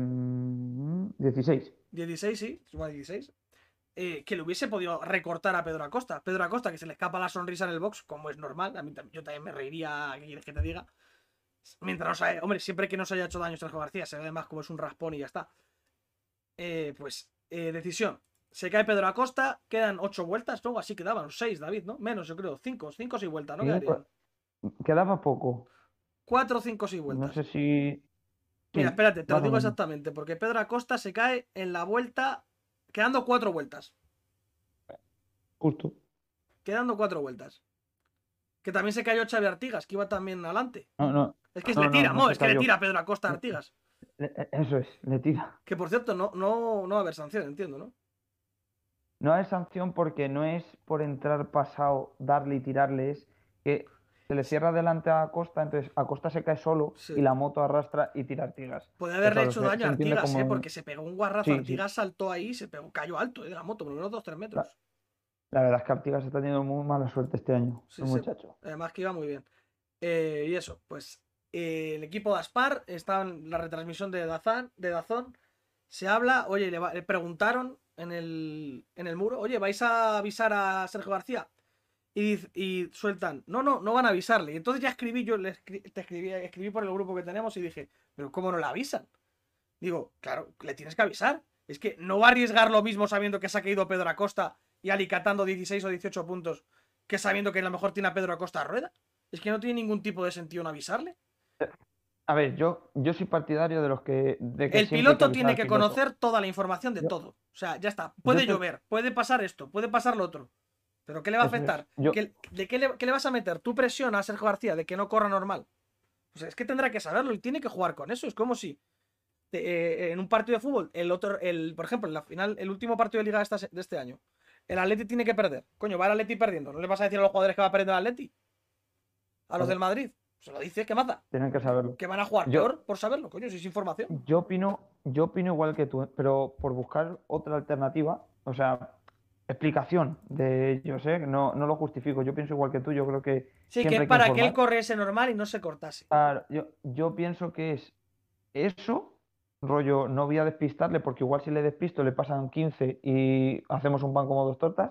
Em, dieciséis. dieciséis, sí. Suma dieciséis. Eh, que le hubiese podido recortar a Pedro Acosta. Pedro Acosta, que se le escapa la sonrisa en el box, como es normal. A mí yo también me reiría, ¿qué quieres que te diga? Mientras no se haya, hombre, siempre que no se haya hecho daño Sergio García, se ve más como es un raspón y ya está. Eh, pues, eh, decisión. Se cae Pedro Acosta, quedan ocho vueltas, ¿no? Así quedaban, seis, David, ¿no? Menos, yo creo, cinco, cinco o seis vueltas, ¿no? Sí, pues, Quedarían. quedaba poco. Cuatro, cinco o seis No vueltas. sé si. Mira, Sí, espérate, te lo más o digo menos. exactamente, porque Pedro Acosta se cae en la vuelta, quedando cuatro vueltas. Justo. Quedando cuatro vueltas. Que también se cayó Xavi Artigas, que iba también adelante. No, no. Es que le No, no, tira, no no, se es que le cayó. tira a Pedro Acosta a Artigas. Le- e- Eso es, le tira. Que por cierto, no, no, no va a haber sanción, entiendo, ¿no? No hay sanción porque no es por entrar pasado, darle y tirarle, es que se le cierra delante a Acosta, entonces Acosta se cae solo y Sí. la moto arrastra y tira a Artigas. Puede Pero haberle claro, hecho se, daño se a entiende Artigas, como ¿eh? un... Porque se pegó un guarrazo. Sí, sí. Artigas saltó ahí, se pegó, cayó alto, ¿eh? De la moto, por lo menos dos tres La, metros. la verdad es que Artigas está teniendo muy mala suerte este año, Sí, el sí. muchacho. Además que iba muy bien. Eh, y eso, pues eh, el equipo de Aspar está en la retransmisión de Dazan, de Dazón. Se habla, oye, le, va- le preguntaron en el, en el muro, oye, ¿vais a avisar a Sergio García? Y, diz- y sueltan, no, no, no van a avisarle. Y entonces ya escribí, yo le escri- te escribí, escribí por el grupo que tenemos y dije, pero ¿cómo no le avisan? Digo, claro, le tienes que avisar. Es que no va a arriesgar lo mismo sabiendo que se ha caído Pedro Acosta y alicatando dieciséis o dieciocho puntos que sabiendo que a lo mejor tiene a Pedro Acosta a rueda. Es que no tiene ningún tipo de sentido no avisarle. A ver, yo, yo soy partidario de los que, de que El siempre hay que piloto avisar tiene al que piloto. conocer toda la información de Yo, todo. O sea, ya está. yo Puede estoy, llover, puede pasar esto, puede pasar lo otro. ¿Pero qué le va a eso es. afectar? Yo, ¿Qué- ¿De qué le, qué le vas a meter? ¿Tu presión a Sergio García de que no corra normal? Pues es que tendrá que saberlo y tiene que jugar con eso. Es como si eh, en un partido de fútbol, el otro, el, por ejemplo, en la final, el último partido de liga de, esta- de este año, el Atleti tiene que perder. Coño, va el Atleti perdiendo. ¿No le vas a decir a los jugadores que va perdiendo el Atleti? A los del claro, Madrid. Se lo dices, ¿qué mata? tienen que saberlo. Que van a jugar Yo, peor por saberlo, coño, si es información. yo opino, yo opino igual que tú, ¿eh? Pero por buscar otra alternativa, o sea, explicación de ellos, ¿eh? No, no lo justifico. Yo pienso igual que tú, yo creo que Sí, que siempre es hay que para que él informar. corriese normal y no se cortase. Claro, yo, yo pienso que es eso, rollo, no voy a despistarle porque igual si le despisto le pasan quince y hacemos un pan como dos tortas,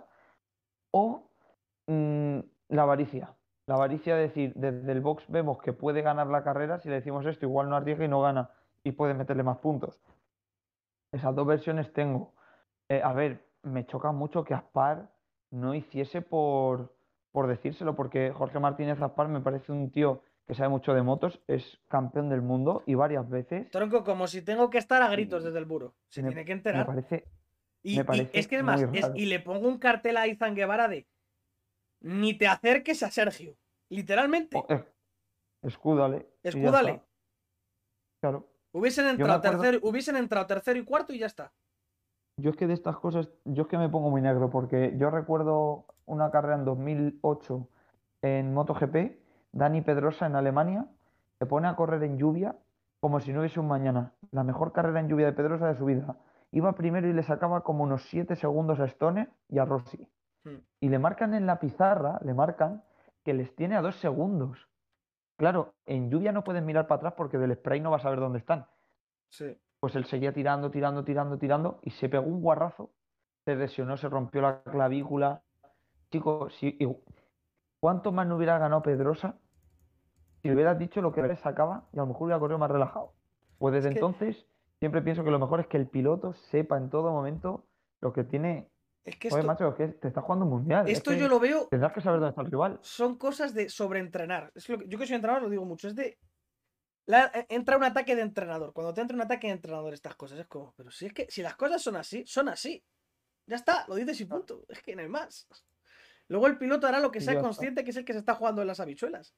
o mm, la avaricia. La avaricia es decir, desde el box vemos que puede ganar la carrera, si le decimos esto, igual no arriesga y no gana y puede meterle más puntos. Esas dos versiones tengo. Eh, a ver, me choca mucho que Aspar no hiciese por, por decírselo, porque Jorge Martínez Aspar me parece un tío que sabe mucho de motos, es campeón del mundo y varias veces. Tronco, como si tengo que estar a gritos Y desde el muro. Se me, tiene que me enterar. parece, me Y, y es parece que es muy más, es, raro. y le pongo un cartel a Izan Guevara de ni te acerques a Sergio. O, Literalmente. eh, escúdale y ya Escúdale. está. Claro. Hubiesen Yo me entrado acuerdo, tercero, hubiesen entrado tercero y cuarto y ya está. yo es que de estas cosas, yo es que me pongo muy negro, porque yo recuerdo una carrera en dos mil ocho en MotoGP, Dani Pedrosa en Alemania, se pone a correr en lluvia como si no hubiese un mañana. La mejor carrera en lluvia de Pedrosa de su vida. Iba primero y le sacaba como unos siete segundos a Stoner y a Rossi. Hmm. Y le marcan en la pizarra, le marcan que les tiene a dos segundos. Claro, en lluvia no pueden mirar para atrás porque del spray no vas a ver dónde están. Sí. Pues él seguía tirando, tirando, tirando, tirando y se pegó un guarrazo, se lesionó, se rompió la clavícula. Chicos, si, igu- ¿cuánto más no hubiera ganado Pedrosa si le hubieras dicho lo que le sacaba y a lo mejor hubiera corrido más relajado? Pues Es desde que, entonces siempre pienso que lo mejor es que el piloto sepa en todo momento lo que tiene. es que Joder, esto, macho, es que te estás jugando un mundial, es esto yo que lo veo, tendrás que saber dónde está el rival. son cosas de sobreentrenar. Es lo que, yo que soy entrenador lo digo mucho, es de la- e- entra un ataque de entrenador. Cuando te entra un ataque de entrenador, estas cosas es como, pero si es que si las cosas son así, son así. Ya está, lo dices y punto. Es que no hay más. Luego el piloto hará lo que Y sea ya está. consciente que es el que se está jugando en las habichuelas.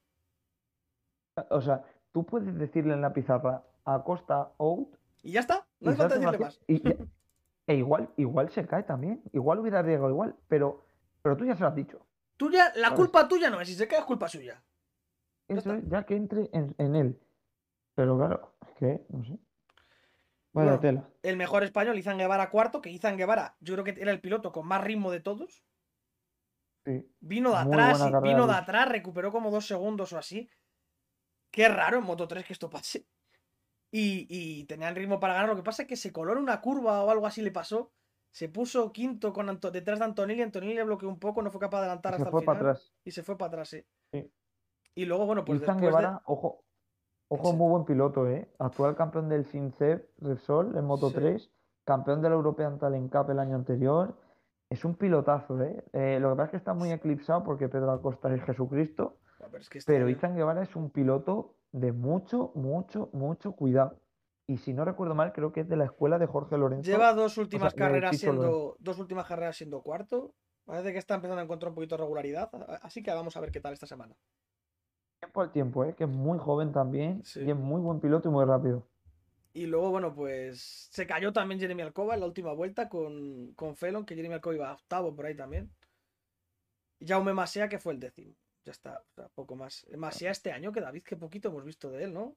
O sea, tú puedes decirle en la pizarra a Costa out Y ya está, no y hace falta salta decirle vacío más. y ya- e igual, igual se cae también. Igual hubiera arriesgado igual, pero, pero tú ya se lo has dicho, Tuya, la ¿sabes? culpa tuya no es, si se cae es culpa suya. Ya Eso está. es, ya que entre en, en él. Pero claro, es que, no sé. Y Vaya bueno, tela. el mejor español, Izan Guevara cuarto, que Izan Guevara yo creo que era el piloto con más ritmo de todos. Sí. Vino de Muy atrás, buena y- carrera vino de de hecho. atrás, recuperó como dos segundos o así. Qué raro en Moto tres que esto pase. Y, y tenía el ritmo para ganar. Lo que pasa es que se coló en una curva o algo así le pasó. Se puso quinto con Anto- detrás de Antonelli. Antonelli le bloqueó un poco, no fue capaz de Y adelantar se hasta el fue para final. atrás. Y se fue para atrás, sí. Sí. Y luego, bueno, pues Izan después de. Guevara, ojo, en ojo, se- muy buen piloto, ¿eh? Actual campeón del FinCEP Repsol en Moto Sí. tres, campeón del European Talent Cup el año anterior. Es un pilotazo, ¿eh? Eh, lo que pasa es que está muy eclipsado porque Pedro Acosta es Jesucristo, Bueno, pero es que este pero año. Izan Guevara es un piloto de mucho, mucho, mucho cuidado. Y si no recuerdo mal, creo que es de la escuela de Jorge Lleva Lorenzo, dos o sea, últimas de carreras Chicho Lorenzo. siendo. Dos últimas carreras siendo cuarto. Parece que está empezando a encontrar un poquito de regularidad. a- Así que vamos a ver qué tal esta semana. Tiempo al tiempo, ¿eh? Que es muy joven también y Sí. es muy buen piloto y muy rápido. Y luego, bueno, pues se cayó también Jeremy Alcoba en la última vuelta con, con Felon, que Jeremy Alcoba iba a octavo por ahí también. Y Jaume Masia, que fue el décimo. Ya está, o sea, poco más. Masia este año, que David, qué poquito hemos visto de él, ¿no?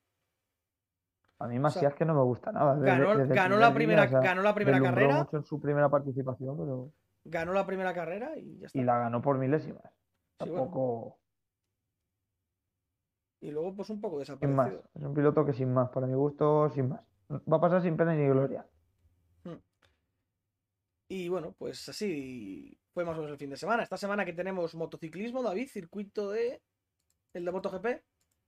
A mí O sea, Masías que no me gusta nada desde, ganó, desde el ganó primer la día, primera, o sea, ganó la primera deslumbró carrera, mucho en su primera participación, pero ganó la primera carrera y ya y está. la ganó por milésimas. Sí, bueno. Tampoco, Y luego, pues un poco sin más. desaparecido. Es un piloto que sin más, para mi gusto, sin más. Va a pasar sin pena ni gloria. Hmm. Y bueno, pues así fue más o menos el fin de semana. Esta semana que tenemos motociclismo, David, circuito de. El de MotoGP.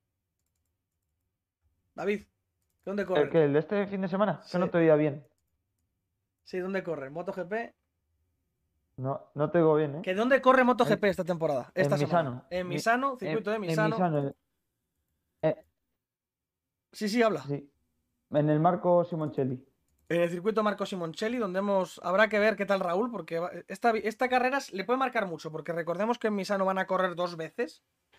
David, ¿dónde ¿El corren? que ¿El de este fin de semana? Que no Sí, te oía bien. sí, ¿dónde corren? MotoGP. No, no te oigo bien, ¿eh? ¿Que dónde corre El- MotoGP esta temporada? Esta en semana. Misano. En Mi- Misano, en, circuito de en Misano. Misano. eh, eh, Sí, sí, habla. sí. En el Marco Simoncelli. En el circuito Marco Simoncelli, donde hemos. Habrá que ver qué tal Raúl, porque va- esta, esta carrera le puede marcar mucho, porque recordemos que en Misano van a correr dos veces.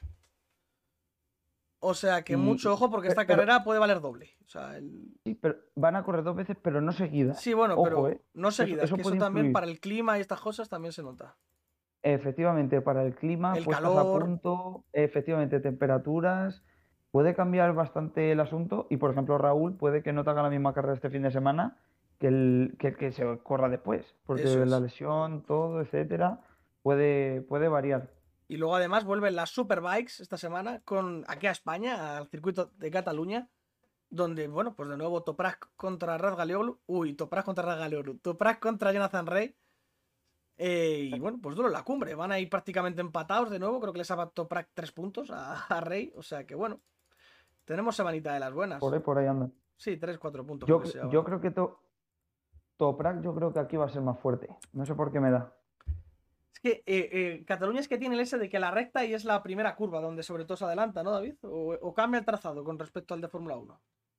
O sea que Y, mucho ojo, porque pe- esta pero, carrera puede valer doble. O sea, el- sí, pero van a correr dos veces, pero no seguidas. sí, bueno, Ojo, ¿eh? pero no Que eso, seguidas, eso que eso puede también influir. para el clima y estas cosas también se nota. Efectivamente, para el clima, El puestas a calor, punto, efectivamente, temperaturas, puede cambiar bastante el asunto y, por ejemplo, Raúl puede que no te haga la misma carrera este fin de semana que el que, el que se corra después, porque eso la es. lesión, todo, etcétera, puede, puede variar. Y luego además vuelven las Superbikes esta semana con aquí a España, al circuito de Cataluña, donde, bueno, pues de nuevo Toprak contra Razgalioglu. Uy, Toprak contra Razgalioglu. Toprak contra Jonathan Rey. Eh, y bueno, pues duro la cumbre. Van a ir prácticamente empatados de nuevo. Creo que les ha Toprak tres puntos a, a Rey. O sea que bueno, tenemos semanita de las Por buenas. ahí, por ahí andan. Sí, tres cuatro puntos creo Yo, que cre- se yo llevan. creo que to- Toprak, yo creo que aquí va a ser más fuerte. No sé por qué me da. Es que eh, eh, Cataluña es que tiene el ese de que la recta y es la primera curva donde sobre todo se adelanta, ¿no, David? O, o cambia el trazado con respecto al de Fórmula uno.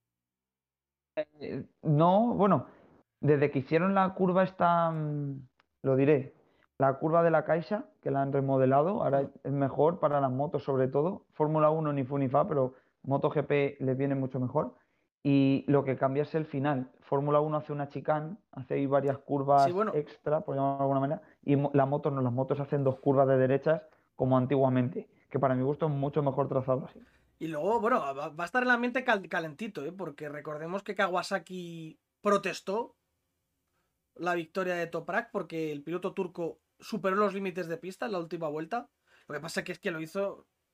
Eh, no, bueno, desde que hicieron la curva esta, mm, lo diré, la curva de la Caixa, que la han remodelado, Hmm, ahora es mejor para las motos sobre todo. Fórmula uno ni fu ni fa, pero MotoGP les viene mucho mejor. Y lo que cambia es el final. Fórmula uno hace una chicane, hace ahí varias Sí, curvas bueno, extra, por llamarlo de alguna manera, y mo- las motos no, las motos hacen dos curvas de derechas como antiguamente, que para mi gusto es mucho mejor trazado así. y luego, bueno, va, va a estar el ambiente cal- calentito, ¿eh? Porque recordemos que Kawasaki protestó la victoria de Toprak porque el piloto turco superó los límites de pista en la última vuelta. Lo que pasa que es que lo hizo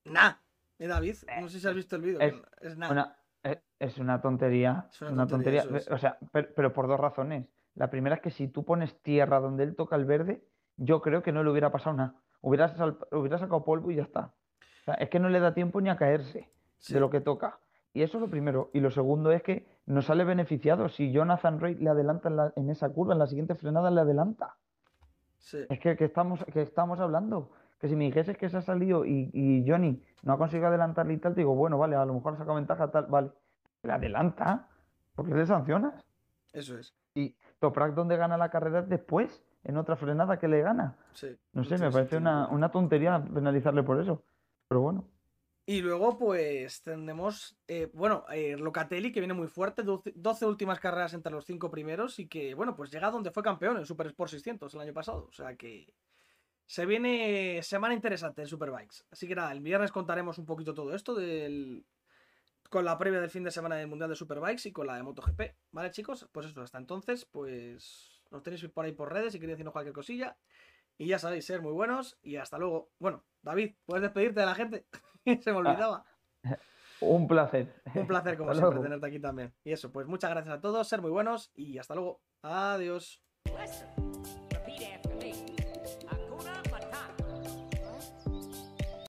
Nah, ¿eh, David? No sé si has visto el vídeo. Es Es nada. una, es, es una tontería. Es Es una una tontería, tontería. eso es. O sea, pero, pero por dos razones. La primera es que si tú pones tierra donde él toca el verde, yo creo que no le hubiera pasado nada. Hubiera, sal- hubiera sacado polvo y ya está. O sea, es que no le da tiempo ni a caerse de Sí, lo que toca. Y eso es lo primero. Y lo segundo es que no sale beneficiado. Si Jonathan Reid le adelanta en, la- en esa curva, en la siguiente frenada le adelanta. sí, Es que, que estamos, que estamos hablando. Que si me dijeses que se ha salido y, y Johnny no ha conseguido adelantarle y tal, te digo, bueno, vale, a lo mejor ha sacado ventaja, tal, vale. Le adelanta. ¿Por qué le sancionas? eso es. Y Toprak donde gana la carrera es después, en otra frenada que le gana. Sí, No no sé, tiene me parece sentido una, ninguno. una tontería penalizarle por eso. Pero bueno. Y luego, pues, tendremos, eh, bueno, eh, Locatelli, que viene muy fuerte, doce, doce últimas carreras entre los cinco primeros y que, bueno, pues llega donde fue campeón en Super Sport seiscientos el año pasado. O sea que se viene semana interesante en Superbikes. Así que nada, el viernes contaremos un poquito todo esto del, con la previa del fin de semana del Mundial de Superbikes y con la de MotoGP. ¿Vale, chicos? Pues eso, hasta entonces, pues nos tenéis por ahí por redes si queréis decirnos cualquier cosilla. Y ya sabéis, ser muy buenos y hasta luego. Bueno, David, puedes despedirte de la gente. Se me Ah, olvidaba. un placer. Un placer, como Hasta siempre, luego. tenerte aquí también. Y eso, pues muchas gracias a todos, ser muy buenos y hasta luego. Adiós.